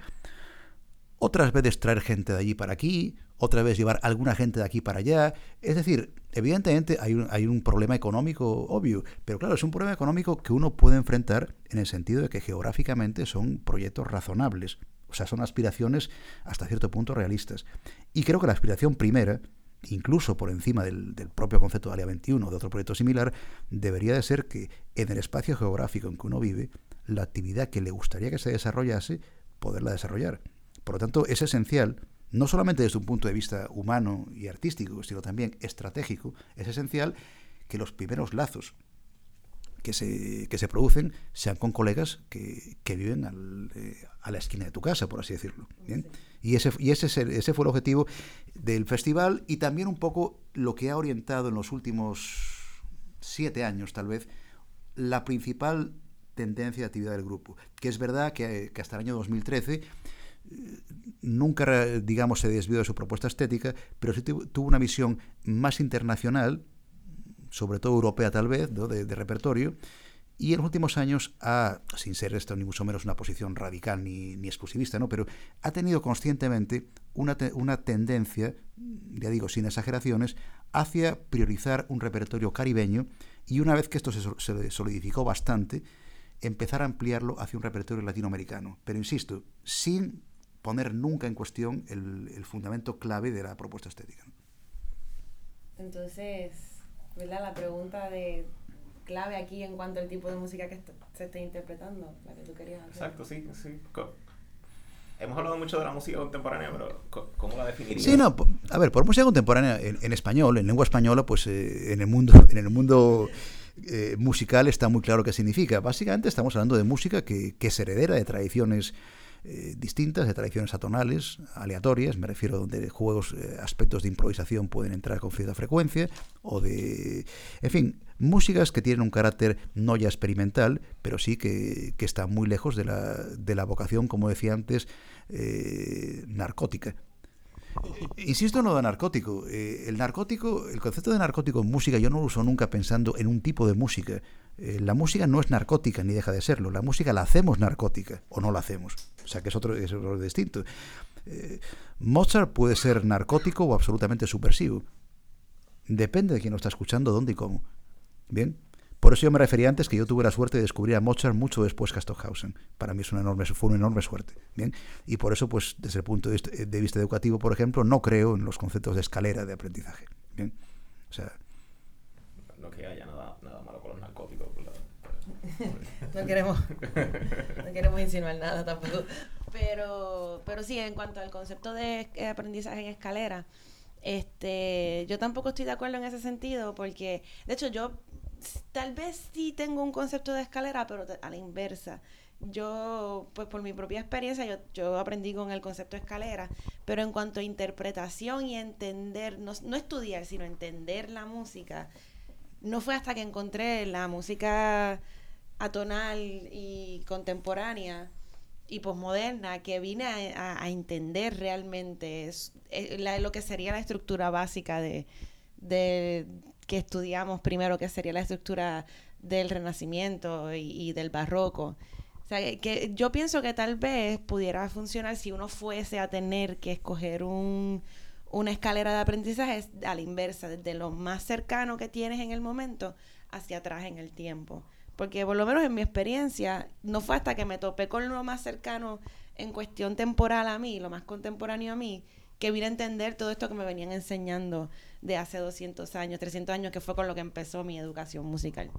otras veces traer gente de allí para aquí, otra vez llevar alguna gente de aquí para allá. Es decir, evidentemente hay un, hay un problema económico obvio, pero claro, es un problema económico que uno puede enfrentar en el sentido de que geográficamente son proyectos razonables, o sea, son aspiraciones hasta cierto punto realistas. Y creo que la aspiración primera, incluso por encima del, del propio concepto de Área veintiuno, de otro proyecto similar, debería de ser que en el espacio geográfico en que uno vive, la actividad que le gustaría que se desarrollase, poderla desarrollar. Por lo tanto, es esencial, no solamente desde un punto de vista humano y artístico, sino también estratégico, es esencial que los primeros lazos que se, que se producen sean con colegas que, que viven al, eh, a la esquina de tu casa, por así decirlo. ¿Bien? Y, ese, y ese, ese fue el objetivo del festival y también un poco lo que ha orientado en los últimos siete años, tal vez, la principal tendencia de actividad del grupo. Que es verdad que, que hasta el año dos mil trece nunca, digamos, se desvió de su propuesta estética, pero sí tuvo una visión más internacional, sobre todo europea tal vez, ¿no? de, de repertorio, y en los últimos años ha, sin ser esto ni mucho menos una posición radical ni, ni exclusivista, ¿no? Pero ha tenido conscientemente una, te, una tendencia, ya digo, sin exageraciones, hacia priorizar un repertorio caribeño, y una vez que esto se, se solidificó bastante, empezar a ampliarlo hacia un repertorio latinoamericano. Pero insisto, sin poner nunca en cuestión el, el fundamento clave de la propuesta estética, ¿no? Entonces, ¿verdad? La pregunta de clave aquí en cuanto al tipo de música que est- se está interpretando, la que tú querías hacer. Exacto, sí, sí. Co- Hemos hablado mucho de la música contemporánea, pero co- ¿cómo la definirías? Sí, no, a ver, por música contemporánea en, en español, en lengua española, pues eh, en el mundo, en el mundo eh, musical está muy claro qué significa. Básicamente estamos hablando de música que, que es heredera de tradiciones eh, distintas, de tradiciones atonales, aleatorias, me refiero donde juegos, eh, aspectos de improvisación pueden entrar con cierta frecuencia, o de, en fin, músicas que tienen un carácter no ya experimental, pero sí que, que está muy lejos de la, de la vocación, como decía antes, eh, narcótica. Insisto en lo de narcótico. Eh, el narcótico, el concepto de narcótico en música yo no lo uso nunca pensando en un tipo de música. Eh, la música no es narcótica ni deja de serlo. La música la hacemos narcótica o no la hacemos. O sea que es otro, es otro distinto. Eh, Mozart puede ser narcótico o absolutamente subversivo. Depende de quién lo está escuchando, dónde y cómo. Bien. Por eso yo me refería antes que yo tuve la suerte de descubrir a Mozart mucho después que a Stockhausen. Para mí es una enorme, fue una enorme suerte. Bien. Y por eso, pues, desde el punto de vista, de vista educativo, por ejemplo, no creo en los conceptos de escalera de aprendizaje. Bien. O sea, No que haya nada, nada malo con los narcóticos. Por la, No queremos, no queremos insinuar nada tampoco. Pero, pero sí, en cuanto al concepto de aprendizaje en escalera, este, yo tampoco estoy de acuerdo en ese sentido, porque, de hecho, yo tal vez sí tengo un concepto de escalera, pero a la inversa. Yo, pues por mi propia experiencia, yo, yo aprendí con el concepto de escalera, pero en cuanto a interpretación y entender, no, no estudiar, sino entender la música, no fue hasta que encontré la música atonal y contemporánea y posmoderna que vine a, a, a entender realmente es, es la, lo que sería la estructura básica de, de que estudiamos primero, que sería la estructura del Renacimiento y, y del Barroco. O sea, que, que yo pienso que tal vez pudiera funcionar si uno fuese a tener que escoger un, una escalera de aprendizaje a la inversa, desde lo más cercano que tienes en el momento hacia atrás en el tiempo. Porque por lo menos en mi experiencia, no fue hasta que me topé con lo más cercano en cuestión temporal a mí, lo más contemporáneo a mí, que vine a entender todo esto que me venían enseñando de hace doscientos años, trescientos años, que fue con lo que empezó mi educación musical.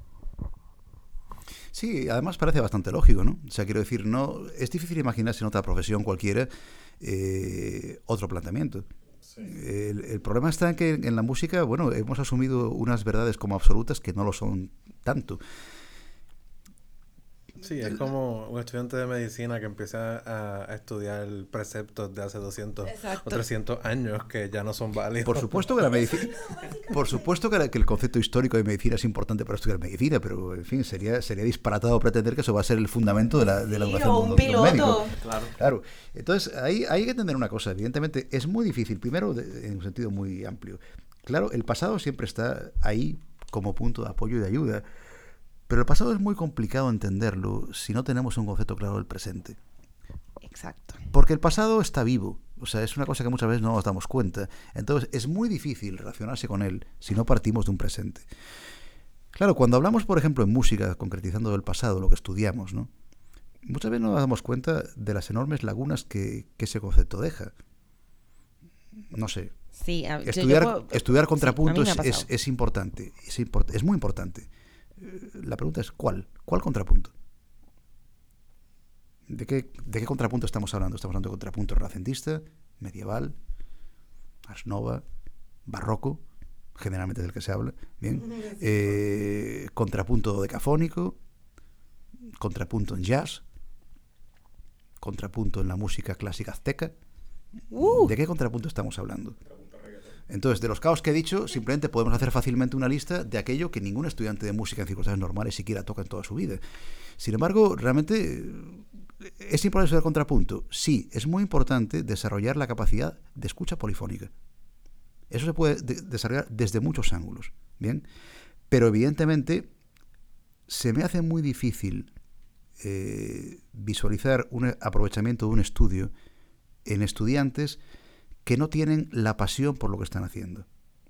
Sí, además parece bastante lógico, ¿no? O sea, quiero decir, no es difícil imaginarse en otra profesión cualquiera eh, otro planteamiento. Sí. El, el problema está en que en la música, bueno, hemos asumido unas verdades como absolutas que no lo son tanto. Sí, es como un estudiante de medicina que empieza a, a estudiar preceptos de hace doscientos Exacto. o trescientos años que ya no son válidos. Por supuesto que la medicina, por supuesto que, la, que el concepto histórico de medicina es importante para estudiar medicina, pero en fin, sería sería disparatado pretender que eso va a ser el fundamento de la, de la educación sí, o un de un médico. Claro. Claro. Entonces, ahí hay que entender una cosa, evidentemente es muy difícil, primero de, en un sentido muy amplio. Claro, el pasado siempre está ahí como punto de apoyo y de ayuda. Pero el pasado es muy complicado entenderlo si no tenemos un concepto claro del presente. Exacto. Porque el pasado está vivo. O sea, es una cosa que muchas veces no nos damos cuenta. Entonces, es muy difícil relacionarse con él si no partimos de un presente. Claro, cuando hablamos, por ejemplo, en música, concretizando el pasado, lo que estudiamos, ¿no? Muchas veces no nos damos cuenta de las enormes lagunas que, que ese concepto deja. No sé. Sí, a, estudiar, yo, yo puedo, estudiar contrapunto sí, es, es, es importante. Es, import, es muy importante. La pregunta es ¿cuál? ¿Cuál contrapunto? ¿De qué, ¿De qué contrapunto estamos hablando? Estamos hablando de contrapunto renacentista, medieval, ars nova, barroco, generalmente es del que se habla, bien, eh, contrapunto dodecafónico, contrapunto en jazz, contrapunto en la música clásica azteca. Uh. ¿De qué contrapunto estamos hablando? Entonces, de los caos que he dicho, simplemente podemos hacer fácilmente una lista de aquello que ningún estudiante de música en circunstancias normales siquiera toca en toda su vida. Sin embargo, realmente, ¿es importante estudiar contrapunto? Sí, es muy importante desarrollar la capacidad de escucha polifónica. Eso se puede de- desarrollar desde muchos ángulos, ¿bien? Pero evidentemente, se me hace muy difícil eh, visualizar un aprovechamiento de un estudio en estudiantes que no tienen la pasión por lo que están haciendo.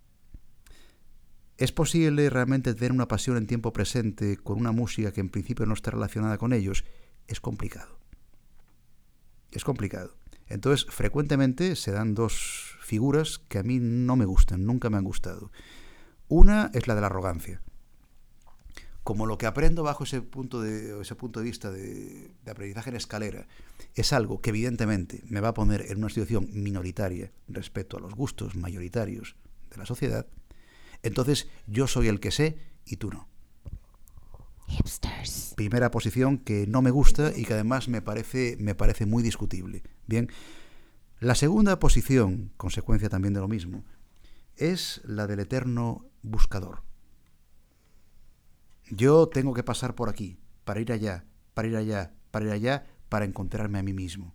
¿Es posible realmente tener una pasión en tiempo presente con una música que en principio no está relacionada con ellos? Es complicado. Es complicado. Entonces, frecuentemente se dan dos figuras que a mí no me gustan, nunca me han gustado. Una es la de la arrogancia. Como lo que aprendo bajo ese punto de, ese punto de vista de, de aprendizaje en escalera es algo que evidentemente me va a poner en una situación minoritaria respecto a los gustos mayoritarios de la sociedad, entonces yo soy el que sé y tú no. Hipsters. Primera posición que no me gusta y que además me parece, me parece muy discutible. Bien, la segunda posición, consecuencia también de lo mismo, es la del eterno buscador. Yo tengo que pasar por aquí, para ir allá, para ir allá, para ir allá, para encontrarme a mí mismo.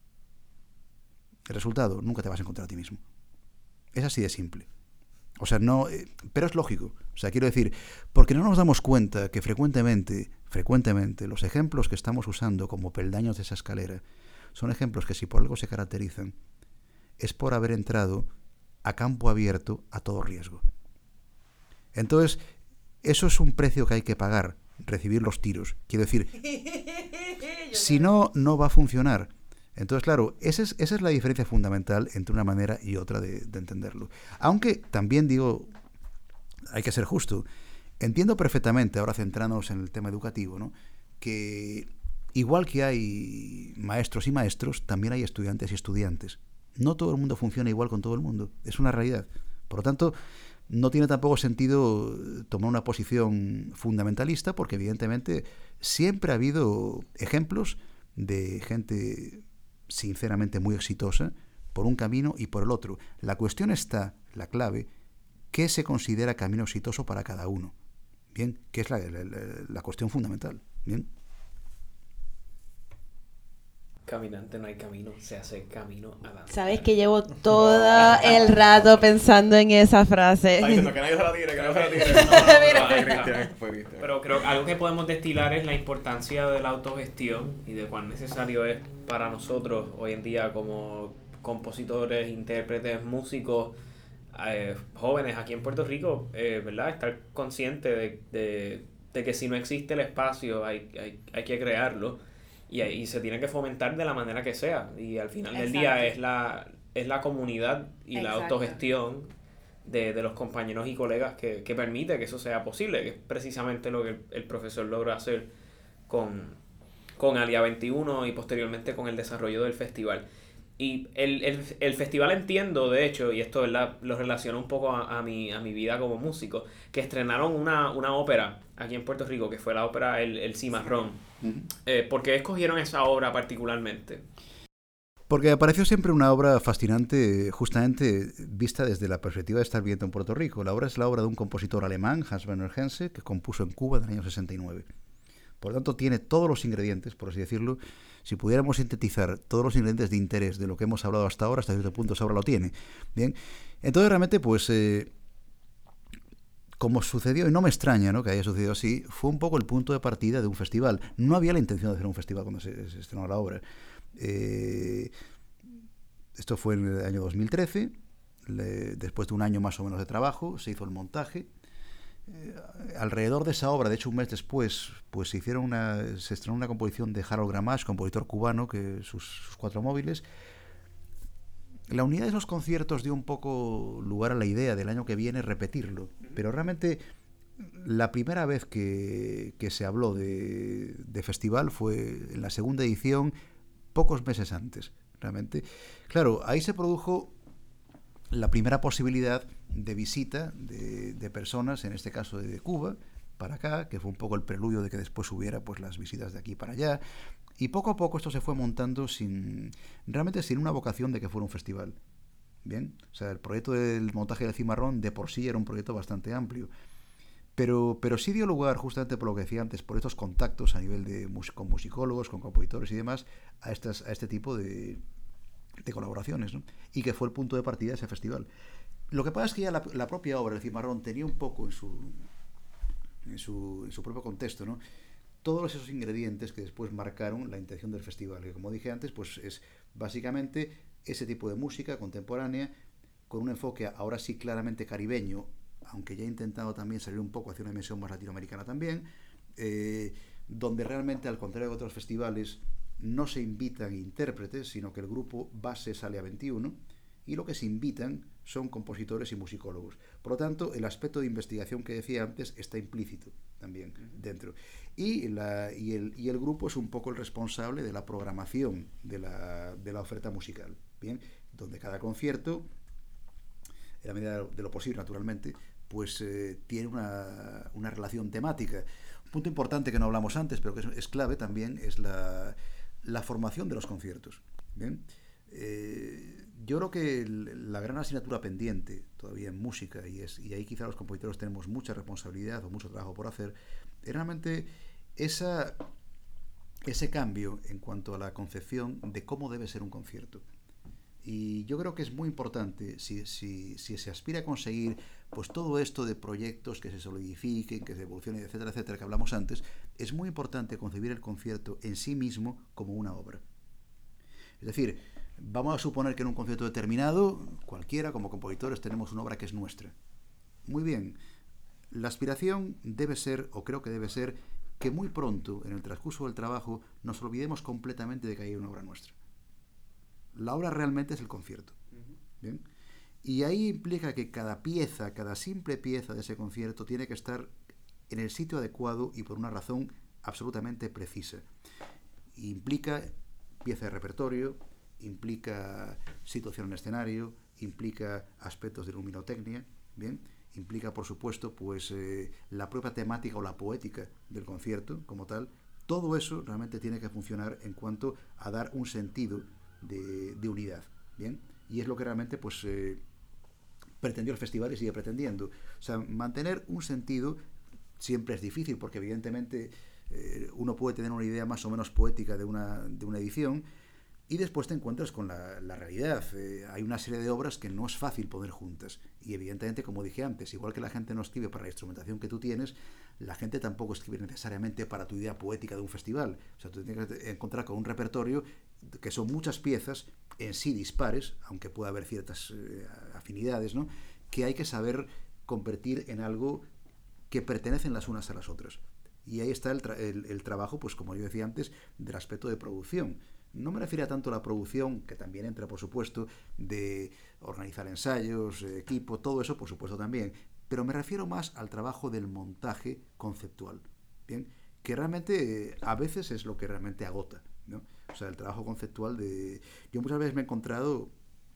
El resultado, nunca te vas a encontrar a ti mismo. Es así de simple. O sea, no, eh, pero es lógico. O sea, quiero decir, porque no nos damos cuenta que frecuentemente, frecuentemente, los ejemplos que estamos usando como peldaños de esa escalera son ejemplos que si por algo se caracterizan es por haber entrado a campo abierto a todo riesgo. Entonces, eso es un precio que hay que pagar, recibir los tiros. Quiero decir, si no, no va a funcionar. Entonces, claro, esa es, esa es la diferencia fundamental entre una manera y otra de, de entenderlo. Aunque también digo, hay que ser justo. Entiendo perfectamente, ahora centrándonos en el tema educativo, ¿no?, que igual que hay maestros y maestros, también hay estudiantes y estudiantes. No todo el mundo funciona igual con todo el mundo. Es una realidad. Por lo tanto, no tiene tampoco sentido tomar una posición fundamentalista porque evidentemente siempre ha habido ejemplos de gente sinceramente muy exitosa por un camino y por el otro. La cuestión está, la clave, ¿qué se considera camino exitoso para cada uno? Bien, que es la, la, la cuestión fundamental. Bien. Caminante no hay camino, se hace camino adelante. Sabes que llevo todo el rato pensando en esa frase. Está diciendo que nadie se la tire, que nadie se la tire. No, no, fue Cristian, fue Cristian. Pero creo que algo que podemos destilar es la importancia de la autogestión y de cuán necesario es para nosotros hoy en día como compositores, intérpretes, músicos, eh, jóvenes aquí en Puerto Rico, eh, ¿verdad? Estar consciente de, de, de que si no existe el espacio hay, hay, hay que crearlo. Y, y se tiene que fomentar de la manera que sea. Y al final del Exacto. día es la, es la comunidad y Exacto. la autogestión de, de los compañeros y colegas que, que permite que eso sea posible, que es precisamente lo que el, el profesor logró hacer con, con Alia veintiuno y posteriormente con el desarrollo del festival. Y el, el, el festival entiendo, de hecho, y esto, ¿verdad?, lo relaciono un poco a, a, mi, a mi vida como músico, que estrenaron una, una ópera aquí en Puerto Rico, que fue la ópera El, el Cimarrón. Uh-huh. Eh, ¿Por qué escogieron esa obra particularmente? Porque apareció siempre una obra fascinante, justamente vista desde la perspectiva de estar viviendo en Puerto Rico. La obra es la obra de un compositor alemán, Hans Werner Henze, que compuso en Cuba en el año sesenta y nueve. Por lo tanto, tiene todos los ingredientes, por así decirlo. Si pudiéramos sintetizar todos los ingredientes de interés de lo que hemos hablado hasta ahora, hasta cierto punto esa obra lo tiene. Bien, entonces realmente, pues, eh, como sucedió, y no me extraña, ¿no?, que haya sucedido así, fue un poco el punto de partida de un festival. No había la intención de hacer un festival cuando se, se estrenó la obra. Eh, esto fue en el año dos mil trece, le, después de un año más o menos de trabajo, se hizo el montaje. Eh, alrededor de esa obra, de hecho un mes después, pues se hicieron una, se estrenó una composición de Harold Gramash, compositor cubano, que sus, sus cuatro móviles. La unidad de esos conciertos dio un poco lugar a la idea del año que viene repetirlo, pero realmente la primera vez que, que se habló de, de festival fue en la segunda edición, pocos meses antes, realmente. Claro, ahí se produjo la primera posibilidad de visita de, de personas, en este caso de Cuba para acá, que fue un poco el preludio de que después hubiera pues las visitas de aquí para allá, y poco a poco esto se fue montando sin realmente sin una vocación de que fuera un festival. Bien, o sea, el proyecto del montaje del Cimarrón de por sí era un proyecto bastante amplio, pero, pero sí dio lugar, justamente por lo que decía antes, por estos contactos a nivel de con musicólogos, con compositores y demás, a, estas, a este tipo de, de colaboraciones, ¿no? Y que fue el punto de partida de ese festival. Lo que pasa es que ya la, la propia obra, el Cimarrón, tenía un poco en su en su, en su propio contexto, ¿no? Todos esos ingredientes que después marcaron la intención del festival, que como dije antes, pues es básicamente ese tipo de música contemporánea con un enfoque ahora sí claramente caribeño, aunque ya he intentado también salir un poco hacia una dimensión más latinoamericana también, eh, donde realmente, al contrario de otros festivales, no se invitan intérpretes, sino que el grupo base sale a veintiuno y lo que se invitan son compositores y musicólogos. Por lo tanto, el aspecto de investigación que decía antes está implícito también dentro. Y, la, y, el, y el grupo es un poco el responsable de la programación de la, de la oferta musical, ¿bien? Donde cada concierto, en la medida de lo posible, naturalmente, pues eh, tiene una, una relación temática. Un punto importante que no hablamos antes, pero que es, es clave también, es la, la formación de los conciertos, ¿bien? Eh, yo creo que el, la gran asignatura pendiente todavía en música, y, es, y ahí quizá los compositores tenemos mucha responsabilidad o mucho trabajo por hacer, es realmente esa, ese cambio en cuanto a la concepción de cómo debe ser un concierto. Y yo creo que es muy importante, si, si, si se aspira a conseguir pues todo esto de proyectos que se solidifiquen, que se evolucionen, etcétera, etcétera, que hablamos antes, es muy importante concebir el concierto en sí mismo como una obra. Es decir, vamos a suponer que en un concierto determinado, cualquiera, como compositores, tenemos una obra que es nuestra. Muy bien, la aspiración debe ser, o creo que debe ser, que muy pronto, en el transcurso del trabajo, nos olvidemos completamente de que hay una obra nuestra. La obra realmente es el concierto. ¿Bien? Y ahí implica que cada pieza, cada simple pieza de ese concierto tiene que estar en el sitio adecuado y por una razón absolutamente precisa. Implica pieza de repertorio, implica situación en escenario, implica aspectos de luminotecnia, ¿bien? Implica, por supuesto, pues eh, la propia temática o la poética del concierto como tal. Todo eso realmente tiene que funcionar en cuanto a dar un sentido de, de unidad, ¿bien? Y es lo que realmente pues eh, pretendió el festival y sigue pretendiendo. O sea, mantener un sentido siempre es difícil porque evidentemente eh, uno puede tener una idea más o menos poética de una, de una edición y después te encuentras con la, la realidad. Eh, hay una serie de obras que no es fácil poner juntas y evidentemente, como dije antes, igual que la gente no escribe para la instrumentación que tú tienes, la gente tampoco escribe necesariamente para tu idea poética de un festival. O sea, tú tienes que encontrar con un repertorio que son muchas piezas en sí dispares, aunque pueda haber ciertas eh, afinidades, ¿no?, que hay que saber convertir en algo que pertenecen las unas a las otras. Y ahí está el, tra- el, el trabajo, pues como yo decía antes, del aspecto de producción. No me refiero a tanto a la producción, que también entra, por supuesto, de organizar ensayos, equipo, todo eso, por supuesto, también. Pero me refiero más al trabajo del montaje conceptual, ¿bien? Que realmente eh, a veces es lo que realmente agota, ¿no? O sea, el trabajo conceptual de... Yo muchas veces me he encontrado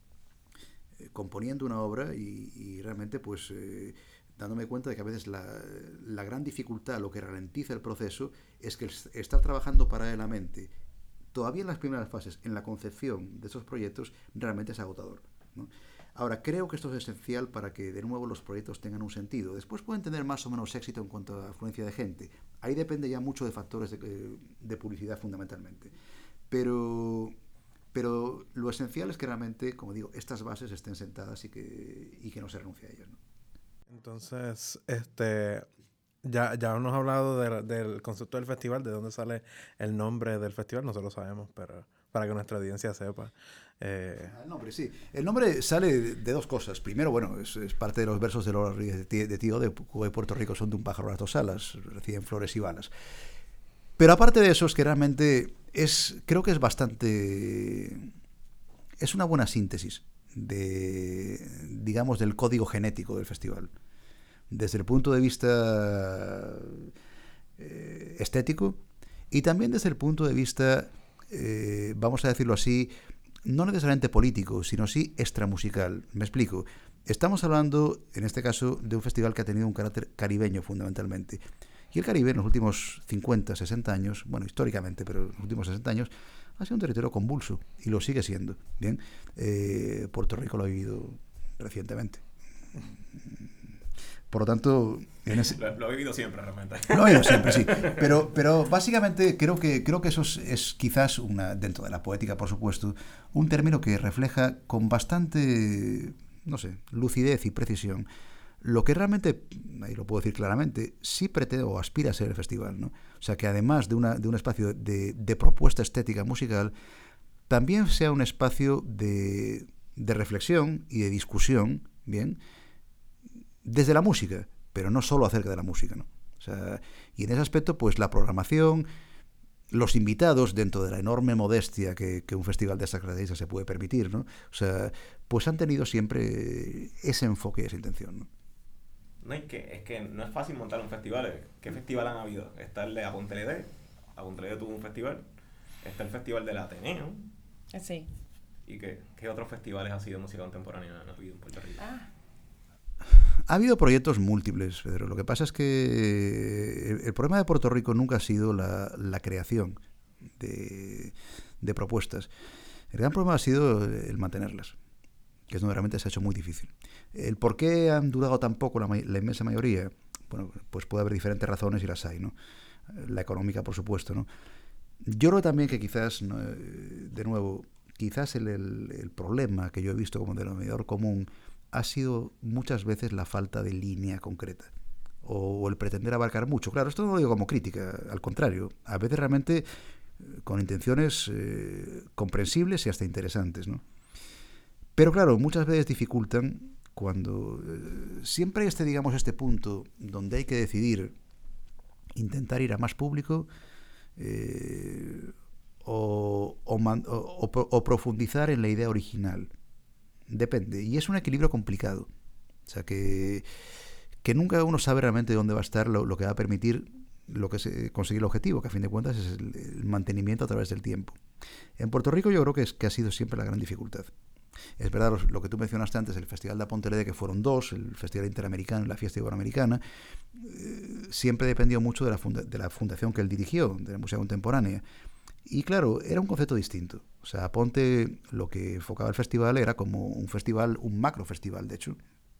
eh, componiendo una obra y, y realmente, pues, eh, dándome cuenta de que a veces la, la gran dificultad, lo que ralentiza el proceso, es que el estar trabajando paralelamente todavía en las primeras fases, en la concepción de esos proyectos, realmente es agotador, ¿no? Ahora, creo que esto es esencial para que, de nuevo, los proyectos tengan un sentido. Después pueden tener más o menos éxito en cuanto a afluencia de gente. Ahí depende ya mucho de factores de, de publicidad, fundamentalmente. Pero, pero lo esencial es que realmente, como digo, estas bases estén sentadas y que, y que no se renuncie a ellas, ¿no? Entonces, este... Ya, ya nos ha hablado de, del concepto del festival, de dónde sale el nombre del festival, nosotros lo sabemos, pero para que nuestra audiencia sepa. Eh... El nombre, sí. El nombre sale de, de dos cosas. Primero, bueno, es, es parte de los versos de los de, de Tío de Cuba y Puerto Rico son de un pájaro las dos alas, reciben flores y balas. Pero aparte de eso, es que realmente es, creo que es bastante... Es una buena síntesis de, digamos, del código genético del festival. Desde el punto de vista eh, estético y también desde el punto de vista, eh, vamos a decirlo así, no necesariamente político, sino sí extramusical. Me explico. Estamos hablando, en este caso, de un festival que ha tenido un carácter caribeño fundamentalmente. Y el Caribe en los últimos cincuenta, sesenta años, bueno, históricamente, pero en los últimos sesenta años, ha sido un territorio convulso y lo sigue siendo. Bien, eh, Puerto Rico lo ha vivido recientemente. Por lo tanto... En ese... lo, lo he vivido siempre, realmente. Lo he vivido siempre, sí. Pero, pero básicamente creo que, creo que eso es, es quizás, una, dentro de la poética, por supuesto, un término que refleja con bastante, no sé, lucidez y precisión lo que realmente, ahí lo puedo decir claramente, sí pretende o aspira a ser el festival, ¿no? O sea, que además de, una, de un espacio de, de propuesta estética musical, también sea un espacio de, de reflexión y de discusión, ¿bien? Desde la música, pero no solo acerca de la música, ¿no? O sea, y en ese aspecto, pues la programación, los invitados, dentro de la enorme modestia que, que un festival de estas características se puede permitir, ¿no? O sea, pues han tenido siempre ese enfoque y esa intención, ¿no? No, es que, es que no es fácil montar un festival. ¿Qué festival han habido? Está el de Aponte L D. Aponte L D tuvo un festival. Está el festival del Ateneo. Sí. ¿Y qué, qué otros festivales así de música contemporánea han habido en Puerto Rico? Ah. Ha habido proyectos múltiples, Pedro. Lo que pasa es que el, el problema de Puerto Rico nunca ha sido la, la creación de, de propuestas. El gran problema ha sido el mantenerlas, que es donde realmente se ha hecho muy difícil. El por qué han durado tan poco la, la inmensa mayoría, bueno, pues puede haber diferentes razones y las hay, ¿no? La económica, por supuesto, ¿no? Yo creo también que quizás, ¿no? De nuevo, quizás el, el, el problema que yo he visto como denominador común ha sido muchas veces la falta de línea concreta o, o el pretender abarcar mucho. Claro, esto no lo digo como crítica, al contrario, a veces realmente con intenciones eh, comprensibles y hasta interesantes, ¿no? Pero claro, muchas veces dificultan cuando eh, siempre hay este, digamos, este punto donde hay que decidir intentar ir a más público eh, o, o, man, o, o, o profundizar en la idea original. Depende, y es un equilibrio complicado. O sea, que, que nunca uno sabe realmente dónde va a estar lo, lo que va a permitir lo que es conseguir el objetivo, que a fin de cuentas es el, el mantenimiento a través del tiempo. En Puerto Rico yo creo que, es, que ha sido siempre la gran dificultad. Es verdad, lo, lo que tú mencionaste antes, el Festival de Aponte L D, que fueron dos, el Festival Interamericano y la Fiesta Iberoamericana, eh, siempre dependió mucho de la, funda, de la fundación que él dirigió, de la música contemporánea. Y claro, era un concepto distinto. O sea, Aponte lo que enfocaba el festival era como un festival, un macro festival, de hecho,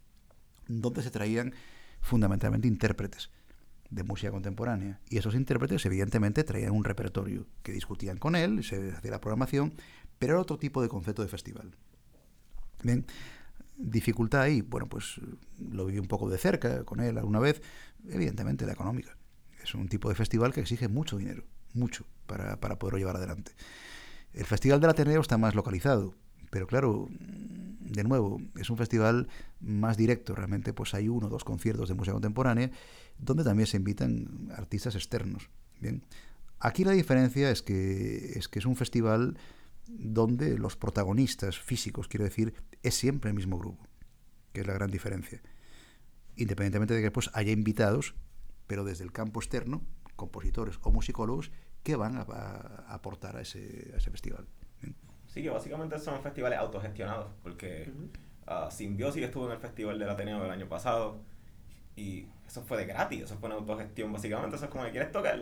donde se traían fundamentalmente intérpretes de música contemporánea. Y esos intérpretes, evidentemente, traían un repertorio que discutían con él, se hacía la programación, pero era otro tipo de concepto de festival. Bien, dificultad ahí, bueno, pues lo viví un poco de cerca con él alguna vez, evidentemente la económica. Es un tipo de festival que exige mucho dinero, mucho, para, para poderlo llevar adelante. El Festival del Ateneo está más localizado, pero claro, de nuevo, es un festival más directo, realmente pues hay uno o dos conciertos de música contemporánea donde también se invitan artistas externos. Bien, aquí la diferencia es que es, que es un festival donde los protagonistas físicos, quiero decir, es siempre el mismo grupo, que es la gran diferencia. Independientemente de que pues haya invitados, pero desde el campo externo, compositores o musicólogos que van a, a aportar a ese, a ese festival. ¿Bien? Sí, que básicamente son festivales autogestionados, porque uh-huh. uh, Simbiosis estuvo en el Festival del Ateneo del año pasado y eso fue de gratis, eso fue una autogestión básicamente, eso es como que quieres tocar.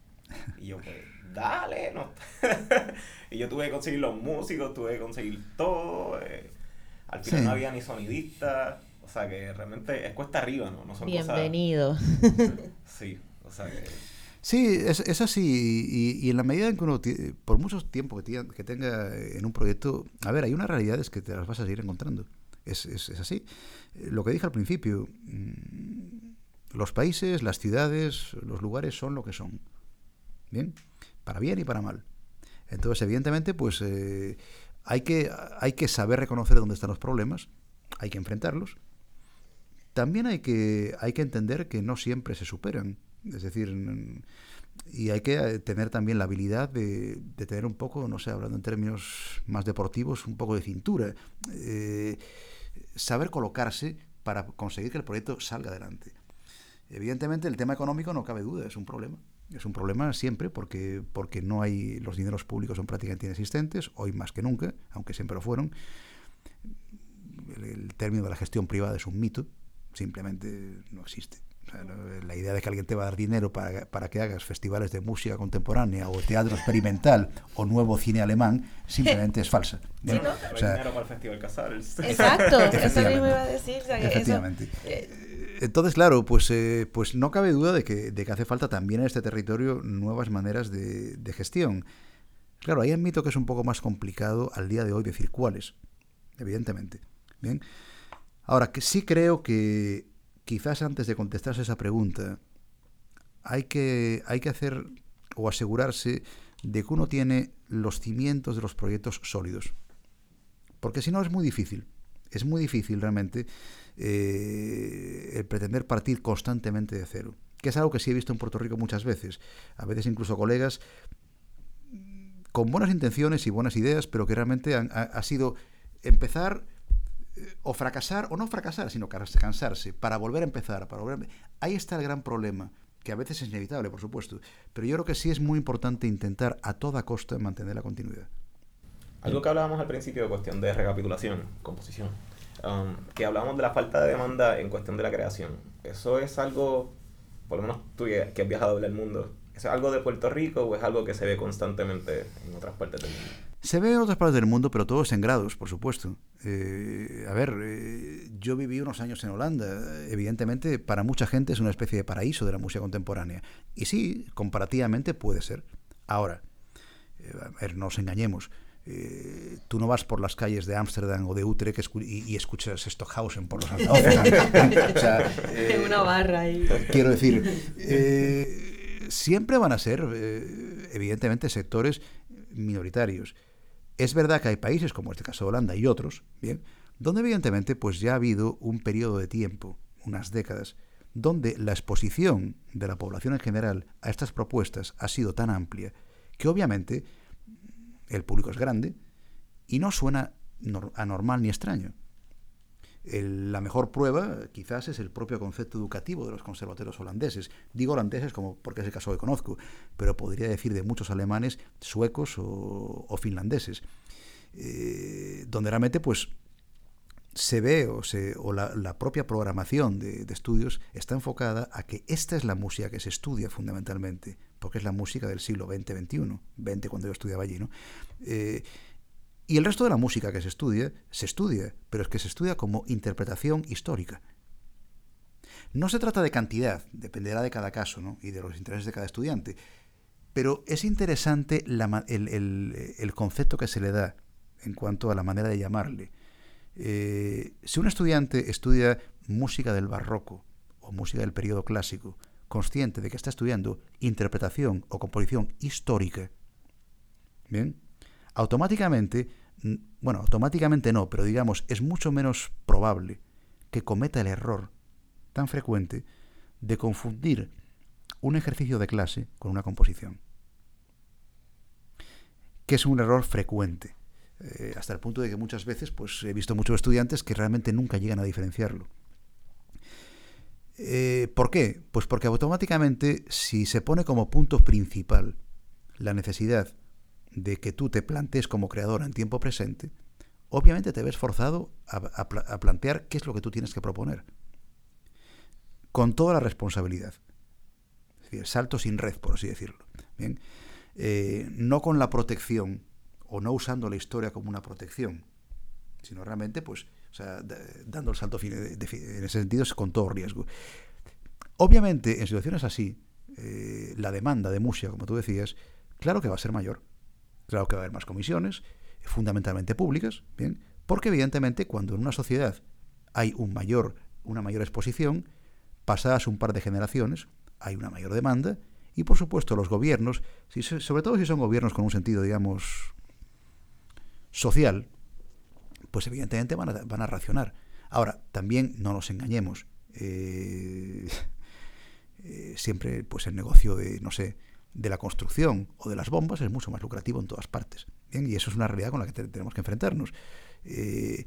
Y yo, pues, dale, no. Y yo tuve que conseguir los músicos, tuve que conseguir todo. Eh, al final sí. No había ni sonidista. O sea que realmente es cuesta arriba, ¿no? No son Bienvenido. Cosas... Sí, o sea que... Sí, es, es así. Y, y en la medida en que uno, t- por mucho tiempo que, t- que tenga en un proyecto, a ver, hay unas realidades que te las vas a seguir encontrando. Es, es, es así. Lo que dije al principio, mmm, los países, las ciudades, los lugares son lo que son. Bien, para bien y para mal. Entonces, evidentemente, pues eh, hay que hay que saber reconocer dónde están los problemas, hay que enfrentarlos. También hay que hay que entender que no siempre se superan, es decir, y hay que tener también la habilidad de, de tener un poco, no sé, hablando en términos más deportivos, un poco de cintura, eh, saber colocarse para conseguir que el proyecto salga adelante. Evidentemente, el tema económico no cabe duda, es un problema. Es un problema siempre porque, porque no hay, los dineros públicos son prácticamente inexistentes, hoy más que nunca, aunque siempre lo fueron. El, el término de la gestión privada es un mito, simplemente no existe. O sea, la idea de que alguien te va a dar dinero para, para que hagas festivales de música contemporánea o teatro experimental o nuevo cine alemán simplemente es falsa. ¿Sí, no? O sea, dinero para el Festival Casares. Exacto, eso mismo iba a decir. O sea, que efectivamente. Eso, eh, Entonces, claro, pues, eh, pues no cabe duda de que, de que hace falta también en este territorio nuevas maneras de, de gestión. Claro, ahí admito que es un poco más complicado al día de hoy decir cuáles, evidentemente. Bien. Ahora, que sí creo que quizás antes de contestarse esa pregunta, hay que, hay que hacer o asegurarse de que uno tiene los cimientos de los proyectos sólidos. Porque si no es muy difícil. Es muy difícil realmente eh, el pretender partir constantemente de cero. Que es algo que sí he visto en Puerto Rico muchas veces. A veces incluso colegas con buenas intenciones y buenas ideas, pero que realmente han, ha, ha sido empezar eh, o fracasar, o no fracasar, sino cansarse, para volver a empezar. Para volver a... Ahí está el gran problema, que a veces es inevitable, por supuesto. Pero yo creo que sí es muy importante intentar a toda costa mantener la continuidad. Algo que hablábamos al principio de cuestión de recapitulación, composición, um, que hablábamos de la falta de demanda en cuestión de la creación. Eso es algo, por lo menos tú que has viajado por el mundo, ¿es algo de Puerto Rico o es algo que se ve constantemente en otras partes del mundo? Se ve en otras partes del mundo, pero todo es en grados, por supuesto. Eh, a ver, eh, yo viví unos años en Holanda. Evidentemente, para mucha gente es una especie de paraíso de la música contemporánea. Y sí, comparativamente puede ser. Ahora, eh, a ver, no nos engañemos. Eh, tú no vas por las calles de Ámsterdam o de Utrecht escu- y, y escuchas Stockhausen por los altavoces. O sea, eh, una barra ahí. Quiero decir, eh, siempre van a ser, eh, evidentemente, sectores minoritarios. Es verdad que hay países, como este caso de Holanda y otros, bien, donde evidentemente pues ya ha habido un periodo de tiempo, unas décadas, donde la exposición de la población en general a estas propuestas ha sido tan amplia que obviamente el público es grande y no suena anormal ni extraño. El, la mejor prueba quizás es el propio concepto educativo de los conservatorios holandeses. Digo holandeses como porque es el caso que conozco, pero podría decir de muchos alemanes, suecos o, o finlandeses, eh, donde realmente pues se ve o, se, o la, la propia programación de, de estudios está enfocada a que esta es la música que se estudia fundamentalmente, porque es la música del siglo veinte veintiuno, veinte cuando yo estudiaba allí, ¿no? Eh, y el resto de la música que se estudia, se estudia, pero es que se estudia como interpretación histórica. No se trata de cantidad, dependerá de cada caso, ¿no? Y de los intereses de cada estudiante, pero es interesante la, el, el, el concepto que se le da en cuanto a la manera de llamarle. Eh, si un estudiante estudia música del barroco o música del periodo clásico, consciente de que está estudiando interpretación o composición histórica, ¿bien?, automáticamente, bueno, automáticamente no, pero digamos, es mucho menos probable que cometa el error tan frecuente de confundir un ejercicio de clase con una composición, que es un error frecuente, eh, hasta el punto de que muchas veces pues he visto muchos estudiantes que realmente nunca llegan a diferenciarlo. Eh, ¿Por qué? Pues porque automáticamente, si se pone como punto principal la necesidad de que tú te plantees como creador en tiempo presente, obviamente te ves forzado a, a, a plantear qué es lo que tú tienes que proponer, con toda la responsabilidad. Es decir, salto sin red, por así decirlo. Bien, eh, no con la protección, o no usando la historia como una protección, sino realmente, pues, o sea, d- dando el salto de, de, en ese sentido es con todo riesgo. Obviamente, en situaciones así, eh, la demanda de música, como tú decías, claro que va a ser mayor. Claro que va a haber más comisiones, fundamentalmente públicas, bien, porque evidentemente cuando en una sociedad hay un mayor, una mayor exposición, pasadas un par de generaciones, hay una mayor demanda, y por supuesto los gobiernos, si, sobre todo si son gobiernos con un sentido, digamos, social, pues evidentemente van a, van a racionar. Ahora, también no nos engañemos, eh, eh, siempre pues el negocio de, no sé, de la construcción o de las bombas es mucho más lucrativo en todas partes. Bien, y eso es una realidad con la que te, tenemos que enfrentarnos. Eh,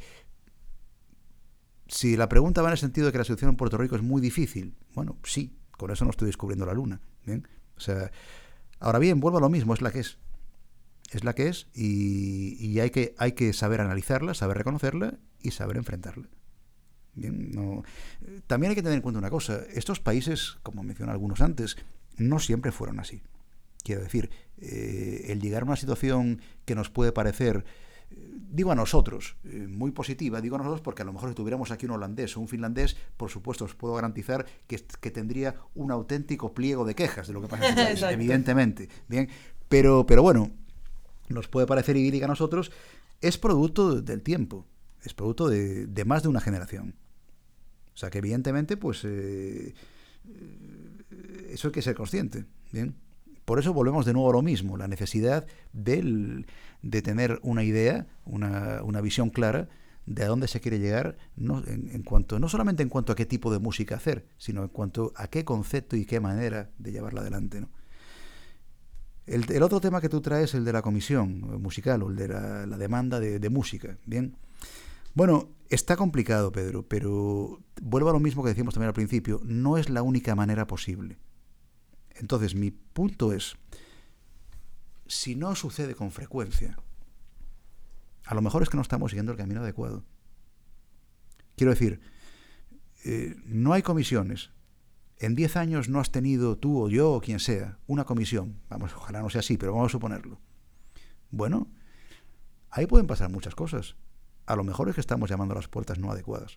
si la pregunta va en el sentido de que la situación en Puerto Rico es muy difícil, bueno, sí, con eso no estoy descubriendo la luna. Bien, o sea, ahora bien, vuelvo a lo mismo, es la que es. Es la que es y, y hay que, hay que saber analizarla, saber reconocerla y saber enfrentarla. Bien, no, también hay que tener en cuenta una cosa, estos países, como mencioné algunos antes, no siempre fueron así. Quiero decir, eh, el llegar a una situación que nos puede parecer, eh, digo a nosotros, eh, muy positiva, digo a nosotros porque a lo mejor si tuviéramos aquí un holandés o un finlandés, por supuesto os puedo garantizar que, que tendría un auténtico pliego de quejas de lo que pasa en este país, evidentemente. Bien, pero, pero bueno, nos puede parecer idílica a nosotros, es producto del tiempo, es producto de, de más de una generación. O sea que evidentemente, pues, eh, eso hay que ser consciente, ¿bien? Por eso volvemos de nuevo a lo mismo, la necesidad del, de tener una idea, una, una visión clara de a dónde se quiere llegar, no, en, en cuanto, no solamente en cuanto a qué tipo de música hacer, sino en cuanto a qué concepto y qué manera de llevarla adelante, ¿no? El, el otro tema que tú traes, el de la comisión musical, o el de la, la demanda de, de música, ¿bien? Bueno, está complicado, Pedro, pero vuelvo a lo mismo que decíamos también al principio, no es la única manera posible. Entonces, mi punto es, si no sucede con frecuencia, a lo mejor es que no estamos siguiendo el camino adecuado. Quiero decir, eh, no hay comisiones. En diez años no has tenido tú o yo o quien sea una comisión. Vamos, ojalá no sea así, pero vamos a suponerlo. Bueno, ahí pueden pasar muchas cosas. A lo mejor es que estamos llamando a las puertas no adecuadas.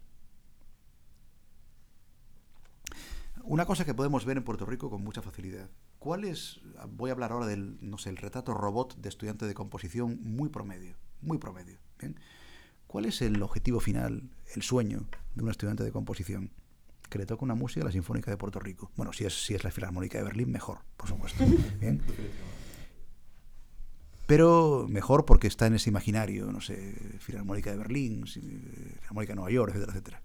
Una cosa que podemos ver en Puerto Rico con mucha facilidad. ¿Cuál es? Voy a hablar ahora del, no sé, el retrato robot de estudiante de composición muy promedio, muy promedio. ¿Bien? ¿Cuál es el objetivo final, el sueño de un estudiante de composición? Que le toque una música a la Sinfónica de Puerto Rico. Bueno, si es, si es la Filarmónica de Berlín, mejor, por supuesto. ¿Bien? Pero mejor porque está en ese imaginario, no sé, Filarmónica de Berlín, Filarmónica de Nueva York, etcétera, etcétera.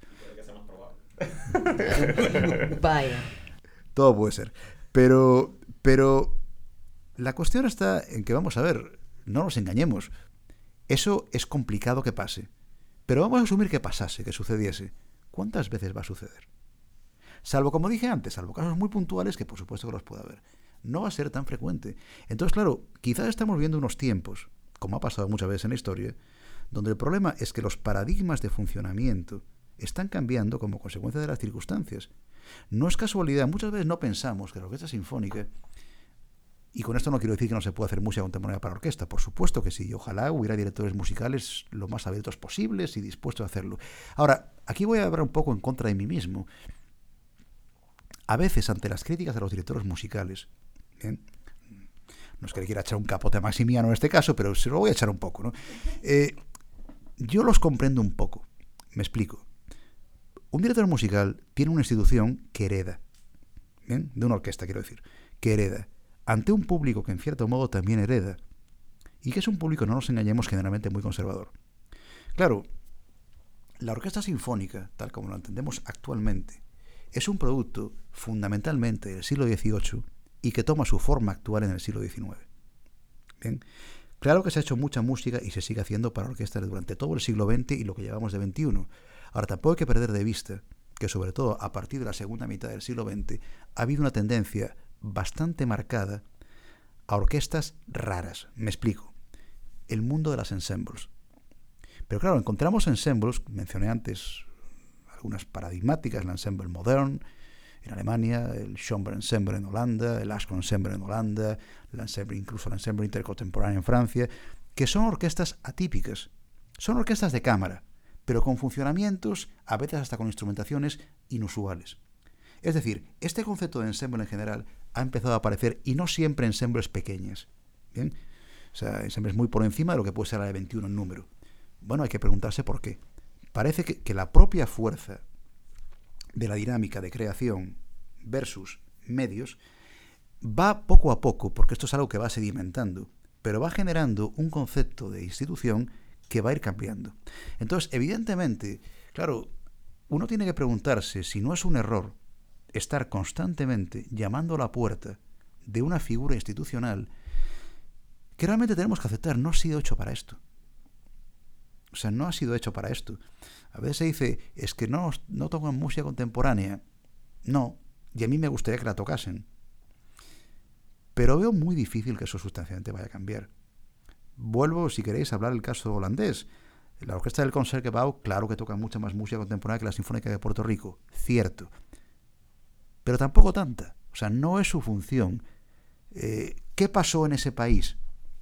Vaya. Todo puede ser. Pero, pero la cuestión está en que, vamos a ver, no nos engañemos. Eso es complicado que pase. Pero vamos a asumir que pasase, que sucediese. ¿Cuántas veces va a suceder? Salvo, como dije antes, salvo casos muy puntuales que por supuesto que los puede haber. No va a ser tan frecuente. Entonces, claro, quizás estamos viendo unos tiempos, como ha pasado muchas veces en la historia, donde el problema es que los paradigmas de funcionamiento están cambiando como consecuencia de las circunstancias. No es casualidad, muchas veces no pensamos que la orquesta sinfónica, y con esto no quiero decir que no se pueda hacer música contemporánea para orquesta, por supuesto que sí, y ojalá hubiera directores musicales lo más abiertos posibles y dispuestos a hacerlo. Ahora, aquí voy a hablar un poco en contra de mí mismo. A veces, ante las críticas de los directores musicales, ¿bien? No es que le quiera echar un capote a Maximiano en este caso, pero se lo voy a echar un poco, ¿no? Eh, yo los comprendo un poco. Me explico. Un director musical tiene una institución que hereda, ¿bien? De una orquesta, quiero decir, que hereda, ante un público que en cierto modo también hereda, y que es un público, no nos engañemos, generalmente muy conservador. Claro, la orquesta sinfónica, tal como la entendemos actualmente, es un producto fundamentalmente del siglo dieciocho y que toma su forma actual en el siglo diecinueve. Bien, claro que se ha hecho mucha música y se sigue haciendo para orquestas durante todo el siglo veinte y lo que llevamos de veintiuno. Ahora, tampoco hay que perder de vista que, sobre todo a partir de la segunda mitad del siglo veinte, ha habido una tendencia bastante marcada a orquestas raras. Me explico. El mundo de las ensembles. Pero claro, encontramos ensembles, mencioné antes algunas paradigmáticas, el ensemble modern en Alemania, el Schönberg Ensemble en Holanda, el Ashcroft Ensemble en Holanda, el ensemble, incluso el ensemble intercontemporáneo en Francia, que son orquestas atípicas. Son orquestas de cámara, pero con funcionamientos, a veces hasta con instrumentaciones inusuales. Es decir, este concepto de ensemble en general ha empezado a aparecer, y no siempre ensembles pequeñas. ¿Bien? O sea, ensembles muy por encima de lo que puede ser la de veintiuno en número. Bueno, hay que preguntarse por qué. Parece que, que la propia fuerza de la dinámica de creación versus medios va poco a poco, porque esto es algo que va sedimentando, pero va generando un concepto de institución que va a ir cambiando. Entonces, evidentemente, claro, uno tiene que preguntarse si no es un error estar constantemente llamando a la puerta de una figura institucional que realmente tenemos que aceptar, no ha sido hecho para esto. O sea, no ha sido hecho para esto. A veces se dice, es que no, no tocan música contemporánea. No, y a mí me gustaría que la tocasen. Pero veo muy difícil que eso sustancialmente vaya a cambiar. Vuelvo, si queréis, a hablar del caso holandés. La orquesta del Concertgebouw, claro que toca mucha más música contemporánea que la Sinfónica de Puerto Rico, cierto. Pero tampoco tanta. O sea, no es su función. Eh, ¿Qué pasó en ese país?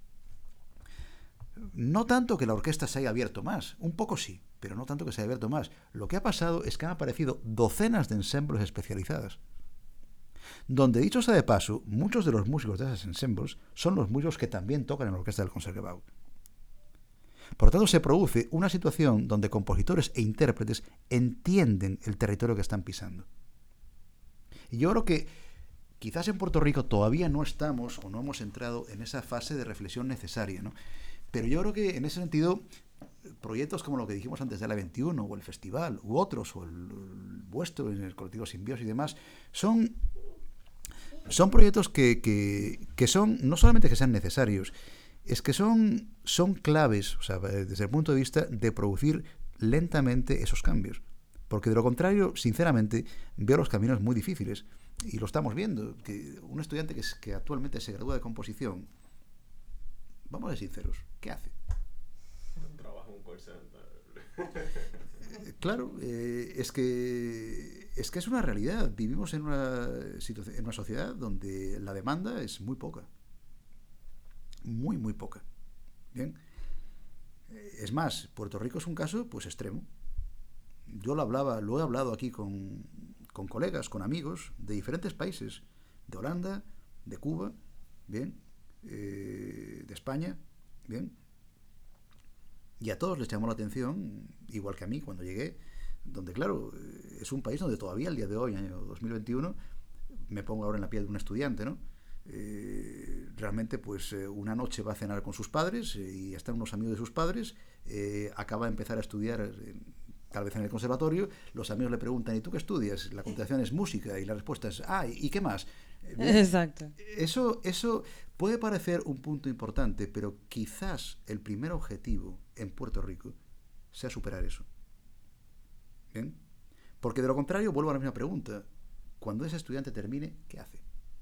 No tanto que la orquesta se haya abierto más, un poco sí, pero no tanto que se haya abierto más. Lo que ha pasado es que han aparecido docenas de ensembles especializadas, donde, dicho sea de paso, muchos de los músicos de esas ensembles son los músicos que también tocan en la orquesta del Concertgebouw. Por lo tanto, se produce una situación donde compositores e intérpretes entienden el territorio que están pisando. Y yo creo que quizás en Puerto Rico todavía no estamos o no hemos entrado en esa fase de reflexión necesaria, ¿no? Pero yo creo que en ese sentido, proyectos como lo que dijimos antes de la veintiuno, o el festival, u otros, o el, el vuestro, en el colectivo Simbiosis y demás, son, son proyectos que, que, que son, no solamente que sean necesarios, es que son, son claves, o sea, desde el punto de vista de producir lentamente esos cambios. Porque de lo contrario, sinceramente, veo los caminos muy difíciles. Y lo estamos viendo, que un estudiante que, es, que actualmente se gradúa de composición, vamos a ser sinceros, ¿qué hace? Trabaja en un call center. Eh, claro, eh, es que es que es una realidad. Vivimos en una situación, en una sociedad donde la demanda es muy poca. Muy, muy poca. Bien. Es más, Puerto Rico es un caso, pues, extremo. Yo lo hablaba, lo he hablado aquí con, con colegas, con amigos de diferentes países, de Holanda, de Cuba, bien, eh, de España, bien. Y a todos les llamó la atención, igual que a mí cuando llegué, donde, claro, es un país donde todavía al día de hoy, año dos mil veintiuno, me pongo ahora en la piel de un estudiante, ¿no? Eh, realmente, pues, eh, una noche va a cenar con sus padres eh, y están unos amigos de sus padres, eh, acaba de empezar a estudiar, eh, tal vez en el conservatorio, los amigos le preguntan, ¿y tú qué estudias? La contestación es música y la respuesta es, ah, ¿y qué más? Bien, exacto. Eso, eso puede parecer un punto importante, pero quizás el primer objetivo en Puerto Rico sea superar eso. ¿Bien? Porque de lo contrario, vuelvo a la misma pregunta. Cuando ese estudiante termine, ¿qué hace?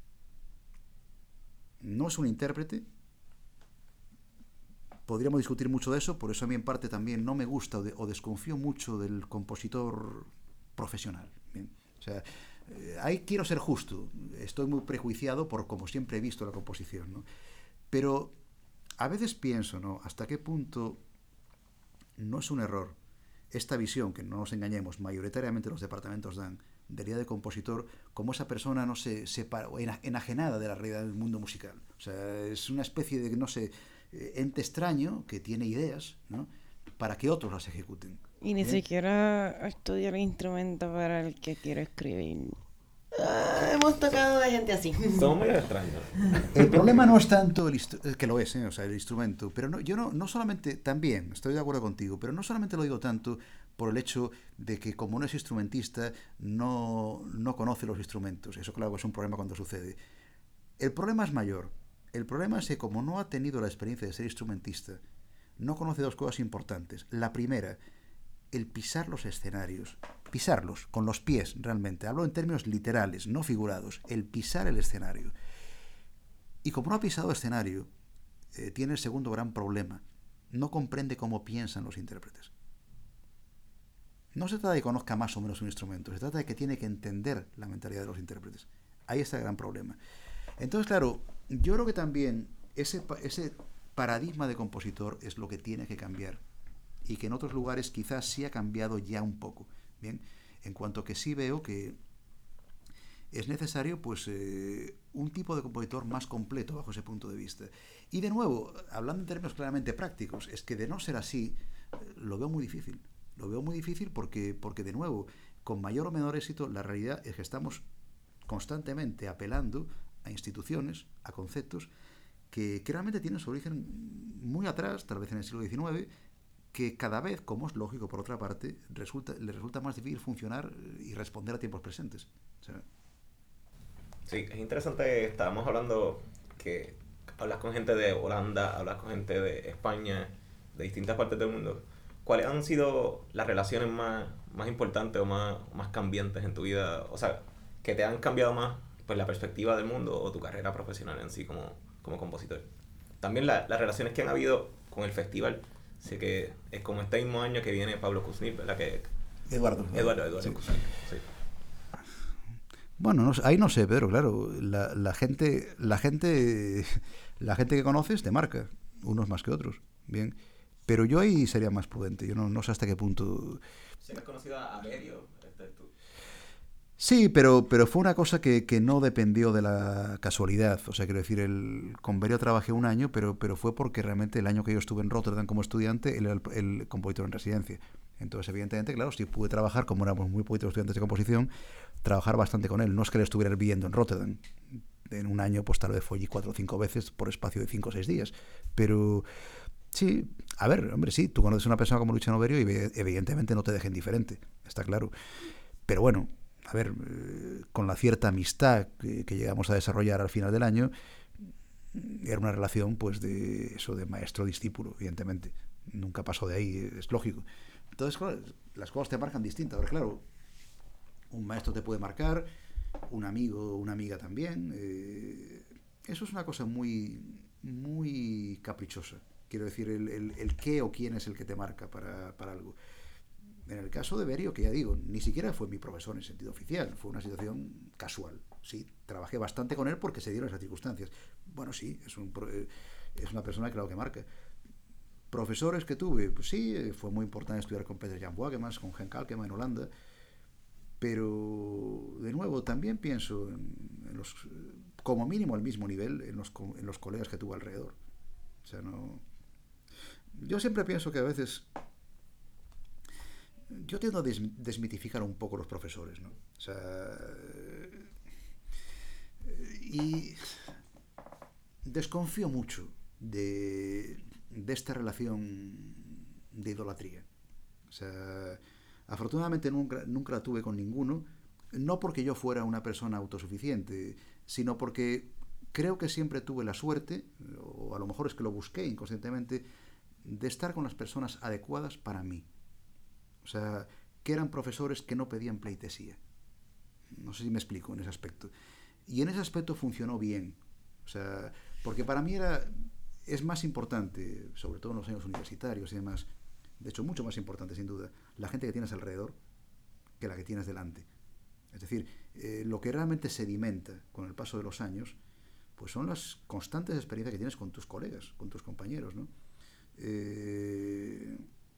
No es un intérprete. Podríamos discutir mucho de eso, por eso a mí en parte también no me gusta o, de, o desconfío mucho del compositor profesional. ¿Bien? O sea, eh, ahí quiero ser justo. Estoy muy prejuiciado por como siempre he visto la composición, ¿no? Pero a veces pienso, ¿no? Hasta qué punto no es un error esta visión, que no nos engañemos, mayoritariamente los departamentos dan, del día de compositor, como esa persona, no sé, separa, o enajenada de la realidad del mundo musical. O sea, es una especie de, no sé, ente extraño que tiene ideas, ¿no?, para que otros las ejecuten. Y ni ¿Bien? siquiera estudia el instrumento para el que quiero escribir. Ah, hemos tocado de gente así. Somos muy extraños. El problema no es tanto el instru- que lo es, ¿eh? O sea, el instrumento, pero no, yo no, no solamente, también estoy de acuerdo contigo, pero no solamente lo digo tanto por el hecho de que como no es instrumentista no, no conoce los instrumentos. Eso, claro, es un problema cuando sucede. El problema es mayor. El problema es que como no ha tenido la experiencia de ser instrumentista, no conoce dos cosas importantes. La primera, el pisar los escenarios. Pisarlos con los pies, realmente. Hablo en términos literales, no figurados. El pisar el escenario. Y como no ha pisado escenario, eh, tiene el segundo gran problema. No comprende cómo piensan los intérpretes. No se trata de que conozca más o menos un instrumento. Se trata de que tiene que entender la mentalidad de los intérpretes. Ahí está el gran problema. Entonces, claro, yo creo que también ese, ese paradigma de compositor es lo que tiene que cambiar. Y que en otros lugares quizás sí ha cambiado ya un poco. Bien, en cuanto que sí veo que es necesario, pues, eh, un tipo de compositor más completo bajo ese punto de vista. Y de nuevo, hablando en términos claramente prácticos, es que de no ser así, lo veo muy difícil. Lo veo muy difícil porque, porque, de nuevo, con mayor o menor éxito, la realidad es que estamos constantemente apelando a instituciones, a conceptos que, que realmente tienen su origen muy atrás, tal vez en el siglo diecinueve, que cada vez, como es lógico por otra parte, resulta, le resulta más difícil funcionar y responder a tiempos presentes. O sea, sí, es interesante, estábamos hablando que hablas con gente de Holanda, hablas con gente de España, de distintas partes del mundo. ¿Cuáles han sido las relaciones más, más importantes o más, más cambiantes en tu vida? O sea, que te han cambiado más, pues, la perspectiva del mundo o tu carrera profesional en sí como, como compositor. También la, las relaciones que han habido con el festival. Sé que es como este mismo año que viene Pablo Kuznits, ¿verdad? Que, Eduardo. Eduardo, Eduardo. Sí. Sí. Bueno, no, ahí no sé, Pedro, claro. La, la gente, la gente, la gente que conoces te marca, unos más que otros. Bien. Pero yo ahí sería más prudente. Yo no, no sé hasta qué punto. ¿Se has conocido a Berio? Este, tú. Sí, pero, pero fue una cosa que, que no dependió de la casualidad. O sea, quiero decir, el, con Berio trabajé un año, pero, pero fue porque realmente el año que yo estuve en Rotterdam como estudiante, él era el, el compositor en residencia. Entonces, evidentemente, claro, si pude trabajar, como éramos muy poquitos estudiantes de composición, trabajar bastante con él. No es que le estuviera viviendo en Rotterdam. En un año, pues tal vez fue allí cuatro o cinco veces por espacio de cinco o seis días. Pero sí, a ver, hombre, sí, tú conoces a una persona como Luciano Berio y evidentemente no te deja indiferente, está claro. Pero bueno, a ver, eh, con la cierta amistad que, que llegamos a desarrollar al final del año, era una relación pues de eso, de maestro-discípulo, evidentemente. Nunca pasó de ahí, es lógico. Entonces, claro, las cosas te marcan distintas. Pero claro, un maestro te puede marcar, un amigo, una amiga también. Eh, eso es una cosa muy, muy caprichosa. Quiero decir, el, el, el qué o quién es el que te marca para, para algo. En el caso de Berio, que ya digo, ni siquiera fue mi profesor en sentido oficial, fue una situación casual. Sí, trabajé bastante con él porque se dieron esas circunstancias. Bueno, sí, es, un, es una persona, claro, que marca. Profesores que tuve, pues sí, fue muy importante estudiar con Peter Jan Wagemans, con Henk Alkema en Holanda, pero de nuevo también pienso en, en los, como mínimo al mismo nivel en los, en los colegas que tuve alrededor. O sea, no. Yo siempre pienso que a veces yo tiendo a des, desmitificar un poco los profesores, ¿no? O sea, y desconfío mucho de, de esta relación de idolatría. O sea, afortunadamente nunca, nunca la tuve con ninguno, no porque yo fuera una persona autosuficiente, sino porque creo que siempre tuve la suerte, o a lo mejor es que lo busqué inconscientemente, de estar con las personas adecuadas para mí. O sea, que eran profesores que no pedían pleitesía. No sé si me explico en ese aspecto. Y en ese aspecto funcionó bien. O sea, porque para mí era, es más importante, sobre todo en los años universitarios y demás, de hecho mucho más importante sin duda, la gente que tienes alrededor que la que tienes delante. Es decir, eh, lo que realmente sedimenta con el paso de los años, pues son las constantes experiencias que tienes con tus colegas, con tus compañeros, ¿no? Eh,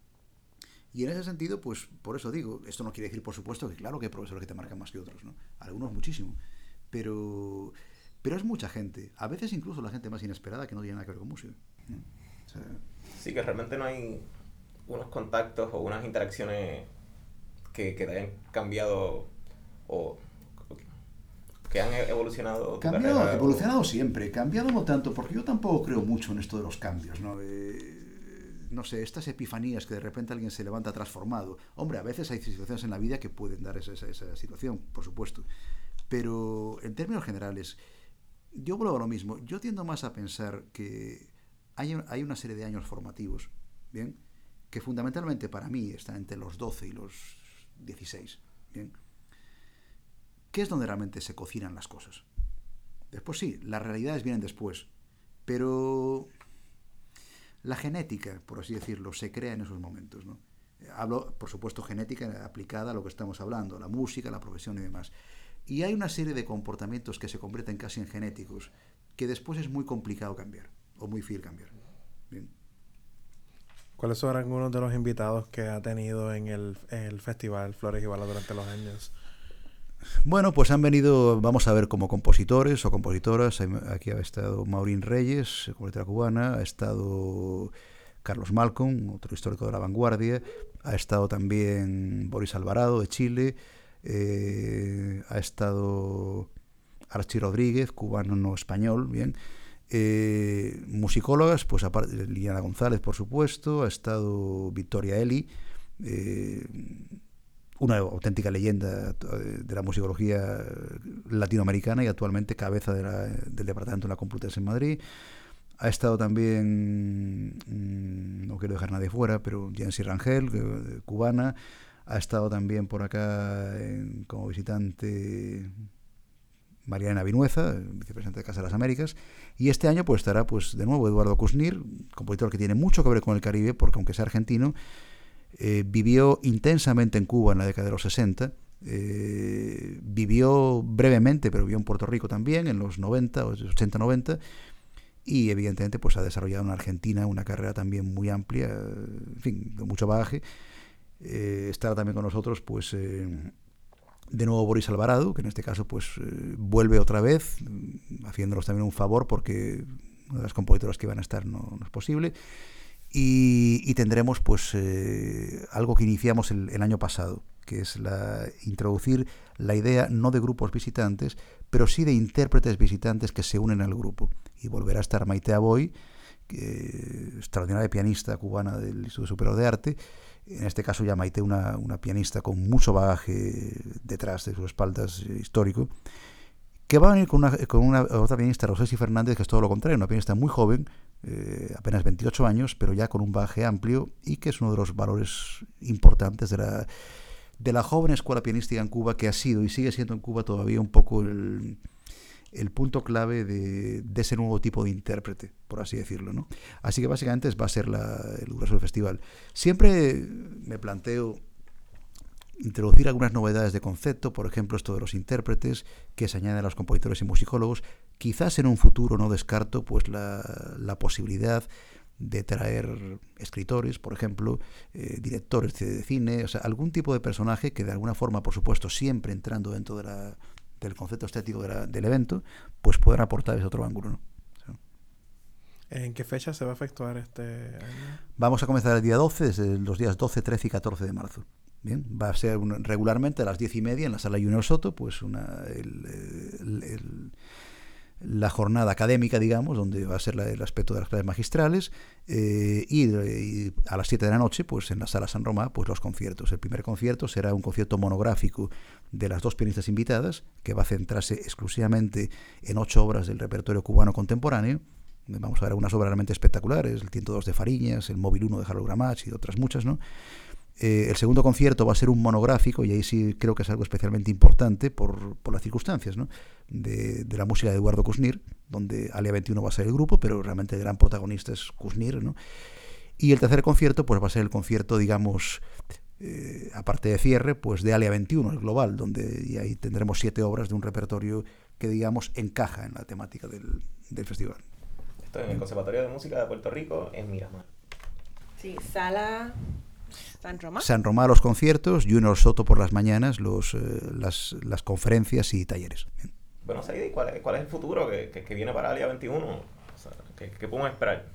y en ese sentido, pues por eso digo, esto no quiere decir, por supuesto, que claro que hay profesores que te marcan más que otros, ¿no? Algunos muchísimo, pero pero es mucha gente, a veces incluso la gente más inesperada que no tiene nada que ver con música, ¿no? O sea, sí, que realmente no hay unos contactos o unas interacciones que, que te hayan cambiado o que han evolucionado. Cambiado, evolucionado siempre, cambiado no tanto, porque yo tampoco creo mucho en esto de los cambios, ¿no? Eh, no sé, estas epifanías que de repente alguien se levanta transformado. Hombre, a veces hay situaciones en la vida que pueden dar esa, esa, esa situación, por supuesto. Pero en términos generales, yo vuelvo a lo mismo. Yo tiendo más a pensar que hay, hay una serie de años formativos, ¿bien? Que fundamentalmente para mí están entre los doce y los dieciséis, ¿bien? Que es donde realmente se cocinan las cosas. Después sí, las realidades vienen después, pero la genética, por así decirlo, se crea en esos momentos, ¿no? Hablo, por supuesto, genética aplicada a lo que estamos hablando, la música, la profesión y demás. Y hay una serie de comportamientos que se convierten casi en genéticos, que después es muy complicado cambiar, o muy difícil cambiar. Bien. ¿Cuáles son algunos de los invitados que ha tenido en el, en el festival Flores y Balas durante los años? Bueno, pues han venido, vamos a ver, como compositores o compositoras. Aquí ha estado Maurín Reyes, compositora cubana, ha estado Carlos Malcolm, otro histórico de la vanguardia, ha estado también Boris Alvarado de Chile, eh, ha estado Archie Rodríguez, cubano no español, bien. Eh, musicólogas, pues aparte Liliana González, por supuesto, ha estado Victoria Eli, eh, una auténtica leyenda de la musicología latinoamericana y actualmente cabeza de la, del departamento de la Complutense en Madrid. Ha estado también, no quiero dejar a nadie fuera, pero Jensi Rangel, cubana. Ha estado también por acá en, como visitante Mariana Vinueza, vicepresidente de Casa de las Américas. Y este año pues estará pues de nuevo Eduardo Kusnir, compositor que tiene mucho que ver con el Caribe, porque aunque sea argentino, Eh, vivió intensamente en Cuba en la década de los sesenta, eh, vivió brevemente, pero vivió en Puerto Rico también en los noventa, ochenta noventa, y evidentemente pues ha desarrollado en Argentina una carrera también muy amplia, en fin, de mucho bagaje. Eh, estará también con nosotros pues eh, de nuevo Boris Alvarado, que en este caso pues eh, vuelve otra vez, haciéndonos también un favor porque una de las compositoras que iban a estar no, no es posible. Y, y tendremos pues eh, algo que iniciamos el, el año pasado, que es la, introducir la idea no de grupos visitantes, pero sí de intérpretes visitantes que se unen al grupo. Y volverá a estar Maite Aboy, que, extraordinaria pianista cubana del Instituto Superior de Arte. En este caso ya Maite, una, una pianista con mucho bagaje detrás de sus espaldas eh, histórico, que va a venir con una, con una otra pianista, Rosesi Fernández, que es todo lo contrario, una pianista muy joven, eh, apenas veintiocho años, pero ya con un bagaje amplio y que es uno de los valores importantes de la, de la joven escuela pianística en Cuba, que ha sido y sigue siendo en Cuba todavía un poco el, el punto clave de, de ese nuevo tipo de intérprete, por así decirlo, ¿no? Así que básicamente va a ser la, el grueso del festival. Siempre me planteo introducir algunas novedades de concepto, por ejemplo esto de los intérpretes que se añaden a los compositores y musicólogos. Quizás en un futuro no descarto pues la, la posibilidad de traer escritores, por ejemplo, eh, directores de cine, o sea, algún tipo de personaje que de alguna forma, por supuesto, siempre entrando dentro de la, del concepto estético de la, del evento, pues puedan aportar ese otro ángulo, ¿no? O sea, ¿en qué fecha se va a efectuar este año? Vamos a comenzar el día doce, desde los días doce, trece y catorce de marzo. Bien, va a ser un, regularmente a las diez y media en la sala Junior Soto, pues una, el, el, el, la jornada académica, digamos, donde va a ser la, el aspecto de las clases magistrales, eh, y, y a las siete de la noche, pues en la sala San Román, pues los conciertos. El primer concierto será un concierto monográfico de las dos pianistas invitadas, que va a centrarse exclusivamente en ocho obras del repertorio cubano contemporáneo. Vamos a ver algunas obras realmente espectaculares, el ciento dos de Fariñas, el Móvil uno de Harold Gramach y otras muchas, ¿no? Eh, el segundo concierto va a ser un monográfico, y ahí sí creo que es algo especialmente importante por, por las circunstancias, ¿no? de, de la música de Eduardo Kusnir, donde Alia veintiuno va a ser el grupo, pero realmente el gran protagonista es Kusnir, ¿no? Y el tercer concierto pues va a ser el concierto, digamos, eh, aparte de cierre, pues de Alia veintiuno, el global, donde y ahí tendremos siete obras de un repertorio que, digamos, encaja en la temática del, del festival. Esto en el Conservatorio de Música de Puerto Rico, en Miramar. Sí, sala San Román. San Román los conciertos, Junior Soto por las mañanas, los, eh, las, las conferencias y talleres. Bien. Bueno, Saidi, ¿cuál es, cuál es el futuro que, que, que viene para Alia veintiuno? O sea, ¿qué, qué podemos esperar?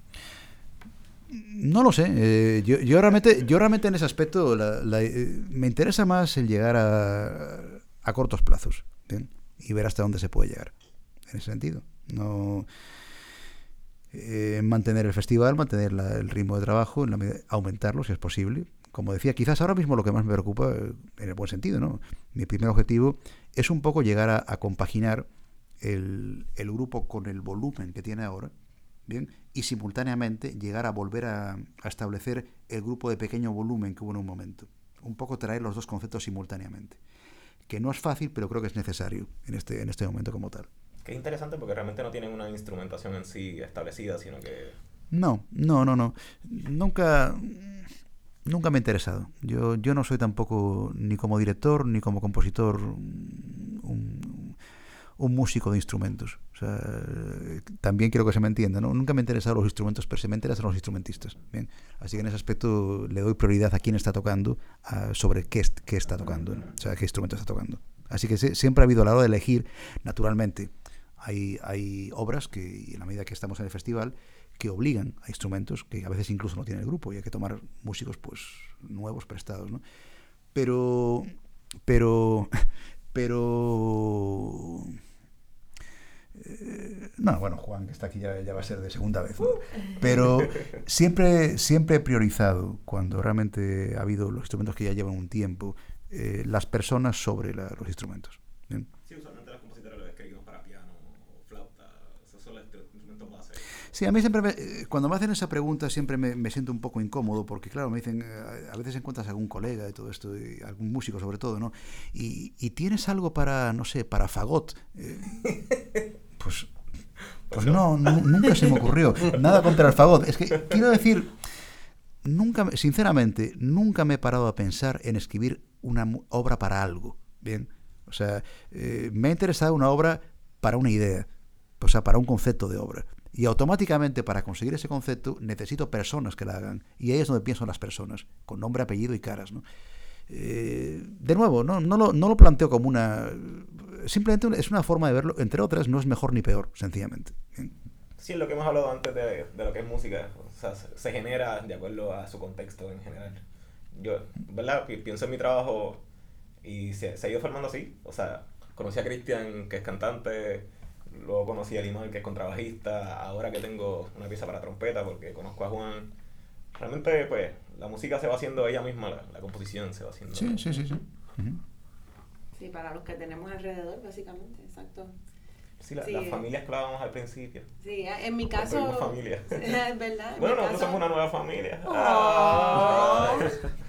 No lo sé. Eh, yo, yo, realmente, yo realmente en ese aspecto la, la, eh, me interesa más el llegar a, a cortos plazos, ¿bien? Y ver hasta dónde se puede llegar. En ese sentido. No... Eh, mantener el festival, mantener la, el ritmo de trabajo, en la medida, aumentarlo si es posible. Como decía, quizás ahora mismo lo que más me preocupa, eh, en el buen sentido, ¿no? Mi primer objetivo es un poco llegar a, a compaginar el, el grupo con el volumen que tiene ahora, ¿bien? Y simultáneamente llegar a volver a, a establecer el grupo de pequeño volumen que hubo en un momento. Un poco traer los dos conceptos simultáneamente. Que no es fácil, pero creo que es necesario en este, en este momento como tal. Que es interesante porque realmente no tienen una instrumentación en sí establecida, sino que... No, no, no, no. Nunca, nunca me ha interesado. Yo, yo no soy tampoco, ni como director, ni como compositor, un, un músico de instrumentos. O sea, también quiero que se me entienda, ¿no? Nunca me han interesado los instrumentos, pero se me interesan los instrumentistas. Bien. Así que en ese aspecto le doy prioridad a quién está tocando, a, sobre qué, qué está tocando, ¿no? O sea, qué instrumento está tocando. Así que se, siempre ha habido a la hora de elegir, naturalmente, Hay, hay obras que, en la medida que estamos en el festival, que obligan a instrumentos que a veces incluso no tiene el grupo y hay que tomar músicos pues nuevos, prestados, ¿no? Pero, pero, pero... Eh, no, bueno, Juan, que está aquí ya, ya va a ser de segunda vez, ¿no? Pero siempre, siempre he priorizado, cuando realmente ha habido los instrumentos que ya llevan un tiempo, eh, las personas sobre la, los instrumentos. ¿Bien? Sí, usualmente los compositores los escribimos para piano o flauta, esos son los instrumentos base. Sí, a mí siempre, me, cuando me hacen esa pregunta siempre me, me siento un poco incómodo, porque claro, me dicen, a veces encuentras algún colega de todo esto, y algún músico sobre todo, ¿no? Y, y tienes algo para, no sé, para fagot. Eh, pues, pues no, no, nunca se me ocurrió. Nada contra el fagot. Es que quiero decir, nunca, sinceramente, nunca me he parado a pensar en escribir una obra para algo, ¿bien? O sea, eh, me ha interesado una obra para una idea, o sea, para un concepto de obra. Y automáticamente, para conseguir ese concepto, necesito personas que la hagan. Y ahí es donde pienso en las personas, con nombre, apellido y caras, ¿no? Eh, de nuevo, no, no, lo, no lo planteo como una... Simplemente es una forma de verlo, entre otras, no es mejor ni peor, sencillamente. ¿Bien? Sí, es lo que hemos hablado antes de, de lo que es música. O sea, se, se genera de acuerdo a su contexto en general. Yo, ¿verdad? Pi- Pienso en mi trabajo y se, se ha ido formando así. O sea, conocí a Cristian, que es cantante, luego conocí a Limón, que es contrabajista, ahora que tengo una pieza para trompeta porque conozco a Juan. Realmente, pues, la música se va haciendo ella misma, la, la composición se va haciendo. Sí, sí, sí, sí. Uh-huh. Sí, para los que tenemos alrededor, básicamente, exacto. Sí, la, Sí. las familias que hablábamos al principio. Sí, en mi Construimos caso... familia. Es verdad. en Bueno, mi nosotros caso- somos una nueva familia. Oh. Ah.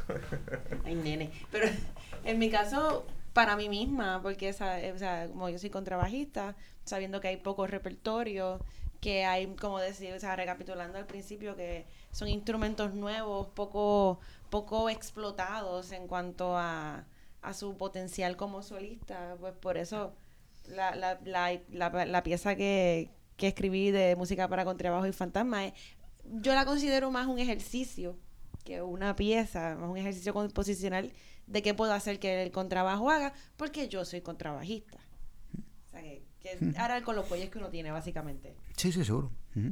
Ay, nene. Pero en mi caso, para mí misma, porque esa, o sea, como yo soy contrabajista, sabiendo que hay poco repertorio, que hay, como decir, o sea, recapitulando al principio, que son instrumentos nuevos, poco, poco explotados en cuanto a, a su potencial como solista, pues por eso la, la, la, la, la pieza que, que escribí de música para contrabajo y fantasma, es, yo la considero más un ejercicio que una pieza, más un ejercicio composicional de qué puedo hacer que el contrabajo haga, porque yo soy contrabajista. O sea, que, que ahora con los cuellos que uno tiene, básicamente. Sí, sí, seguro. Uh-huh.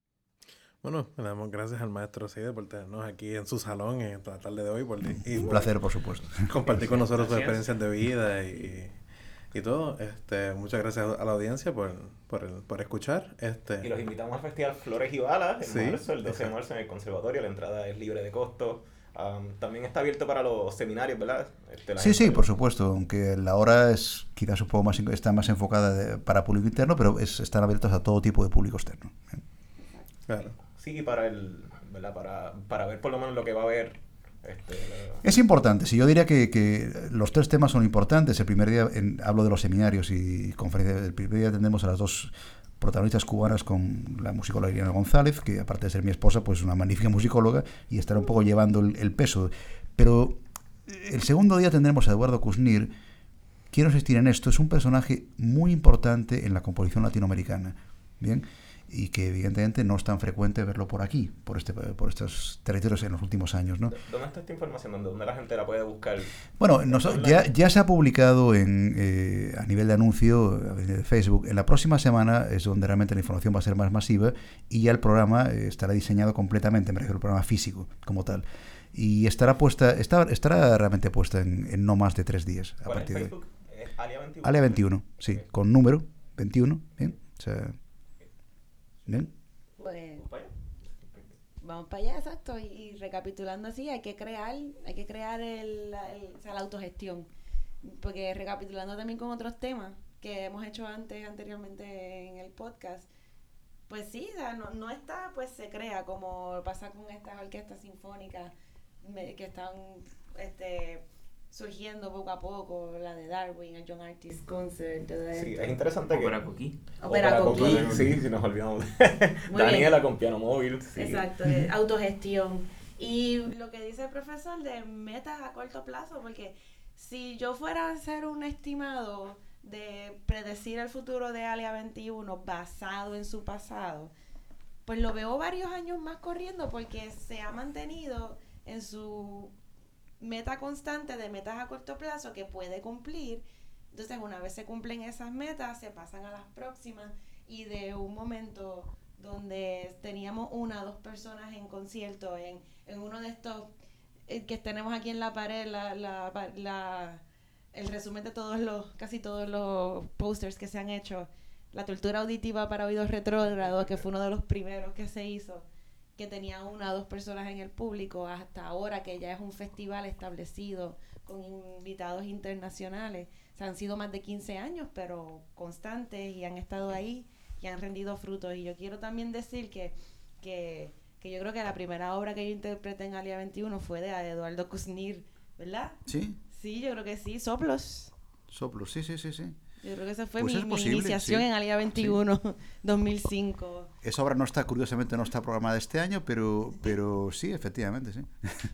Bueno, le damos gracias al maestro Seide por tenernos aquí en su salón en la tarde de hoy. Por, y Un placer, por supuesto. compartir con nosotros sus Gracias. experiencias de vida y, y todo. Este, muchas gracias a la audiencia por, por, el, por escuchar. Este, Y los invitamos al Festival Flores y Balas en Sí, marzo, el doce de exacto. marzo en el Conservatorio. La entrada es libre de costo. Um, también está abierto para los seminarios, ¿verdad? Este, la Sí, gente- sí, por supuesto, aunque la hora es quizás un poco más, está más enfocada de- para público interno, pero es, están abiertos a todo tipo de público externo. claro. Sí, y para el, ¿verdad? Para, para ver por lo menos lo que va a haber. Este, la- Es importante, sí, yo diría que, que los tres temas son importantes. El primer día en- hablo de los seminarios y conferencias. El primer día tendremos a las dos protagonistas cubanas con la musicóloga Irina González, que aparte de ser mi esposa, pues es una magnífica musicóloga y estará un poco llevando el, el peso. Pero el segundo día tendremos a Eduardo Kusnir. Quiero insistir en esto, es un personaje muy importante en la composición latinoamericana, ¿bien? Y que evidentemente no es tan frecuente verlo por aquí, por este por estos territorios en los últimos años, ¿no? ¿Dónde está esta información? ¿Dónde, dónde la gente la puede buscar? Bueno, nos- ya, ya se ha publicado en, eh, a nivel de anuncio de Facebook. En la próxima semana es donde realmente la información va a ser más masiva y ya el programa eh, estará diseñado completamente, me refiero al programa físico como tal. Y estará puesta, está, estará realmente puesta en, en no más de tres días. A ¿Cuál es partir el de Facebook? ¿Es Alia veintiuno? Alia veintiuno, sí, Ok. con número veintiuno, ¿bien? O sea, ¿bien? Pues, ¿Vaya? vamos para allá, exacto. Y, y recapitulando así, hay que crear, hay que crear el, la- el- o sea, la autogestión. Porque recapitulando también con otros temas que hemos hecho antes, anteriormente en el podcast, pues sí, o sea, no, no está, pues se crea, como pasa con estas orquestas sinfónicas me- que están este, surgiendo poco a poco, la de Darwin, el John Artist Concert, todo Sí, esto. es interesante que... Ópera Coquí. Ópera Coquí. Sí, sí, nos olvidamos. Muy Daniela bien. con piano móvil. Sí. Exacto, de autogestión. Y lo que dice el profesor de metas a corto plazo, porque si yo fuera a hacer un estimado de predecir el futuro de Alia veintiuno basado en su pasado, pues lo veo varios años más corriendo porque se ha mantenido en su meta constante de metas a corto plazo que puede cumplir. Entonces, una vez se cumplen esas metas, se pasan a las próximas y de un momento donde teníamos una o dos personas en concierto en, en uno de estos eh, que tenemos aquí en la pared, la, la, la, el resumen de todos los, casi todos los posters que se han hecho, la tortura auditiva para oídos retrógrados, que fue uno de los primeros que se hizo, que tenía una o dos personas en el público, hasta ahora que ya es un festival establecido con invitados internacionales. O sea, han sido más de quince años, pero constantes y han estado ahí y han rendido frutos. Y yo quiero también decir que, que, que yo creo que la primera obra que yo interpreté en Alia veintiuno fue de Eduardo Kusnir, ¿verdad? Sí, Sí, yo creo que sí, Soplos. soplos, sí, sí, sí, sí. Yo creo que esa fue Pues mi, es mi posible, iniciación sí. en Alia veintiuno, dos mil cinco. Esa obra no está, curiosamente, no está programada este año, pero, pero sí, efectivamente, sí.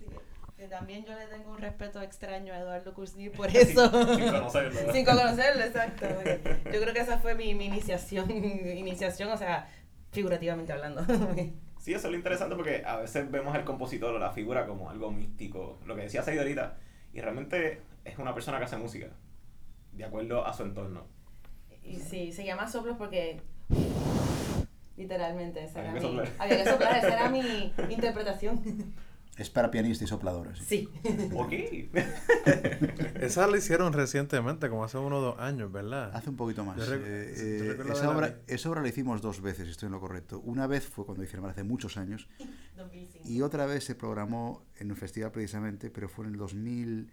Que también yo le tengo un respeto extraño a Eduardo Kusnir por eso. Sin conocerlo. Sin conocerlo, exacto. Yo creo que esa fue mi, mi iniciación, iniciación, o sea, figurativamente hablando. Sí, eso es lo interesante porque a veces vemos al compositor o la figura como algo místico, lo que decía Said ahorita, y realmente es una persona que hace música, de acuerdo a su entorno. Y sí, se llama soplos porque literalmente esa era Había que mi, soplar. había que soplar, esa era mi interpretación. Es para pianista y sopladora. Sí. Sí. Ok. Esa la hicieron recientemente, como hace uno o dos años, ¿verdad? Hace un poquito más. Yo rec- Eh, sí, yo eh, recuerdo esa, haberla obra, vi- esa obra la hicimos dos veces, estoy en lo correcto. Una vez fue cuando hicieron hace muchos años dos mil cinco. y otra vez se programó en un festival precisamente, pero fue en el dos mil...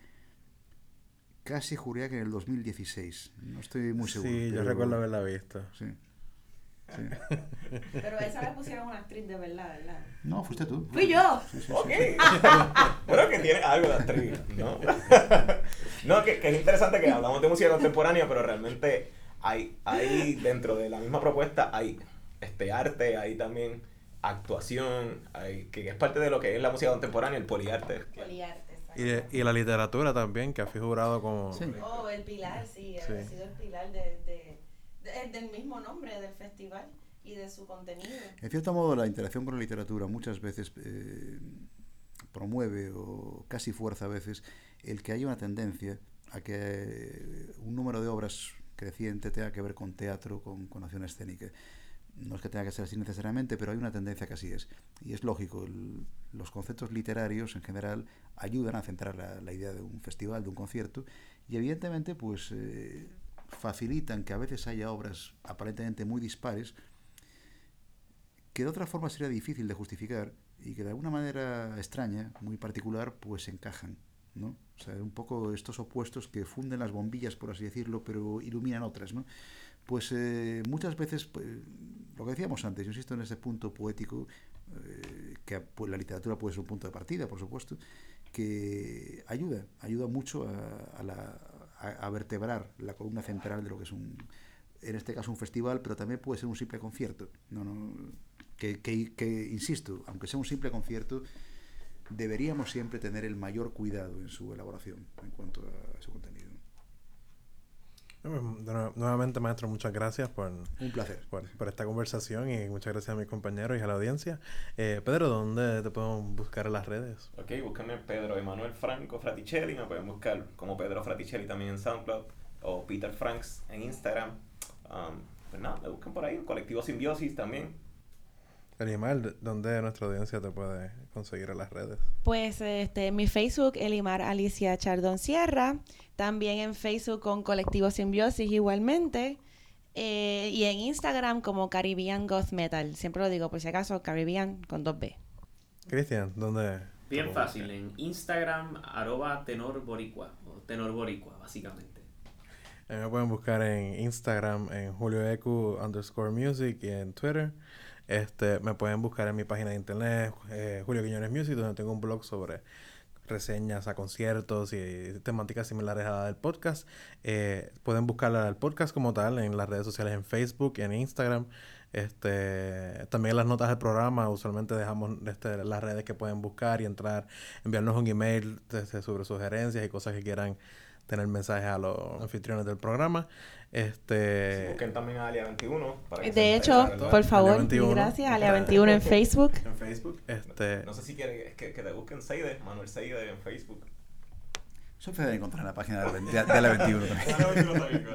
Casi juraría que en el dos mil dieciséis. No estoy muy seguro. Sí, yo pero- recuerdo haberla visto. Sí. Sí. Pero esa le pusieron una actriz de verdad, ¿verdad? No, fuiste tú. ¡Fui yo! Sí, sí, sí. Ok. Bueno, que tiene algo de actriz, ¿no? No, que, que es interesante que hablamos de música contemporánea, pero realmente hay, hay dentro de la misma propuesta, hay este arte, hay también actuación, hay, que es parte de lo que es la música contemporánea, el poliarte. Poliarte, exacto. Y, de- y la literatura también, que ha figurado como... Sí. Oh, el pilar, sí, Sí. ha sido el pilar de, de, de- del mismo nombre del festival y de su contenido. En cierto modo, la interacción con la literatura muchas veces eh, promueve o casi fuerza a veces el que haya una tendencia a que eh, un número de obras creciente tenga que ver con teatro, con, con acción escénica. No es que tenga que ser así necesariamente, pero hay una tendencia que así es. Y es lógico, el- los conceptos literarios en general ayudan a centrar la, la idea de un festival, de un concierto, y evidentemente pues eh, facilitan que a veces haya obras aparentemente muy dispares que de otra forma sería difícil de justificar y que de alguna manera extraña, muy particular, pues encajan, ¿no? O sea, un poco estos opuestos que funden las bombillas, por así decirlo, pero iluminan otras, ¿no? Pues eh, muchas veces, pues, lo que decíamos antes, yo insisto en ese punto poético, eh, que pues, la literatura puede ser un punto de partida, por supuesto, que ayuda, ayuda mucho a, a, la, a, a vertebrar la columna central de lo que es un, en este caso un festival, pero también puede ser un simple concierto. No, no, que, que, que, insisto, aunque sea un simple concierto, deberíamos siempre tener el mayor cuidado en su elaboración en cuanto a su contenido. Nuevamente, maestro, muchas gracias por, Un placer. por, por esta conversación y muchas gracias a mis compañeros y a la audiencia. Eh, Pedro, ¿dónde te podemos buscar en las redes? Ok, búsquenme Pedro Emanuel Franco Fraticelli, me pueden buscar como Pedro Fraticelli también en SoundCloud o Peter Franks en Instagram. Um, pues nada, me buscan por ahí, Colectivo Simbiosis también. Elimar, ¿dónde nuestra audiencia te puede conseguir en las redes? Pues este, mi Facebook, Elimar Alicia Chardón Sierra. También en Facebook con Colectivo Simbiosis igualmente. Eh, y en Instagram como Caribbean Goth Metal. Siempre lo digo por si acaso, Caribbean con dos B. Cristian, ¿dónde? Bien te fácil, buscan? en Instagram, arroba tenor boricua, o tenor boricua, básicamente. A mí me pueden buscar en Instagram, en julioecu underscore music y en Twitter. Este, me pueden buscar en mi página de internet, eh, Julio Quiñones Music, donde tengo un blog sobre reseñas a conciertos y temáticas similares a la del podcast. Eh, pueden buscar al podcast como tal en las redes sociales, en Facebook, en Instagram. Este, también en las notas del programa usualmente dejamos este, las redes que pueden buscar y entrar, enviarnos un email este, sobre sugerencias y cosas que quieran tener mensajes a los anfitriones del programa. Este, Busquen también a Alia veintiuno. Para que se De enteren, hecho, ¿verdad? por favor, Alia veintiuno. y gracias, Alia veintiuno en Facebook. en Facebook. Este, No sé si quieren que, que te busquen Seide, Manuel Seide en Facebook. Eso se debe encontrar en la página de la, de, de la veintiuno también.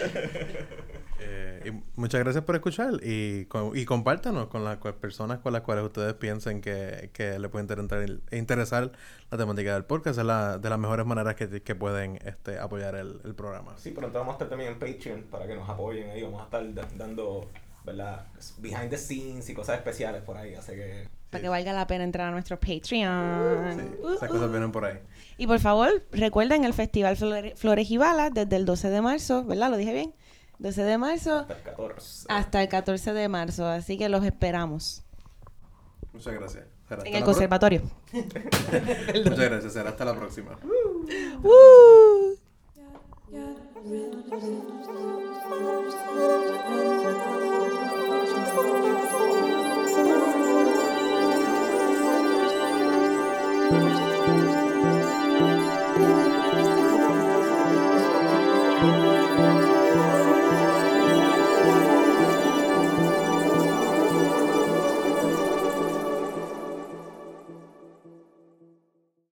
Eh, y muchas gracias por escuchar y, con- y compártanos con las cu- personas con las cuales ustedes piensen que, que le puede interesar, interesar la temática del podcast. Es la, de las mejores maneras que, que pueden este, apoyar el, el programa. Sí, pronto vamos a estar también en Patreon para que nos apoyen ahí. Vamos a estar da- dando, ¿verdad? Behind the scenes y cosas especiales por ahí. Así que... Para que valga la pena entrar a nuestro Patreon. Sí, Uh, esas uh. cosas vienen por ahí. Y por favor, recuerden el Festival Flore- Flores y Balas desde el doce de marzo, ¿verdad? ¿Lo dije bien? doce de marzo Hasta el catorce. hasta el catorce de marzo. Así que los esperamos Muchas gracias. Será hasta en el la pro- conservatorio. Muchas gracias. Será hasta la próxima. ¡Uh! Thank you.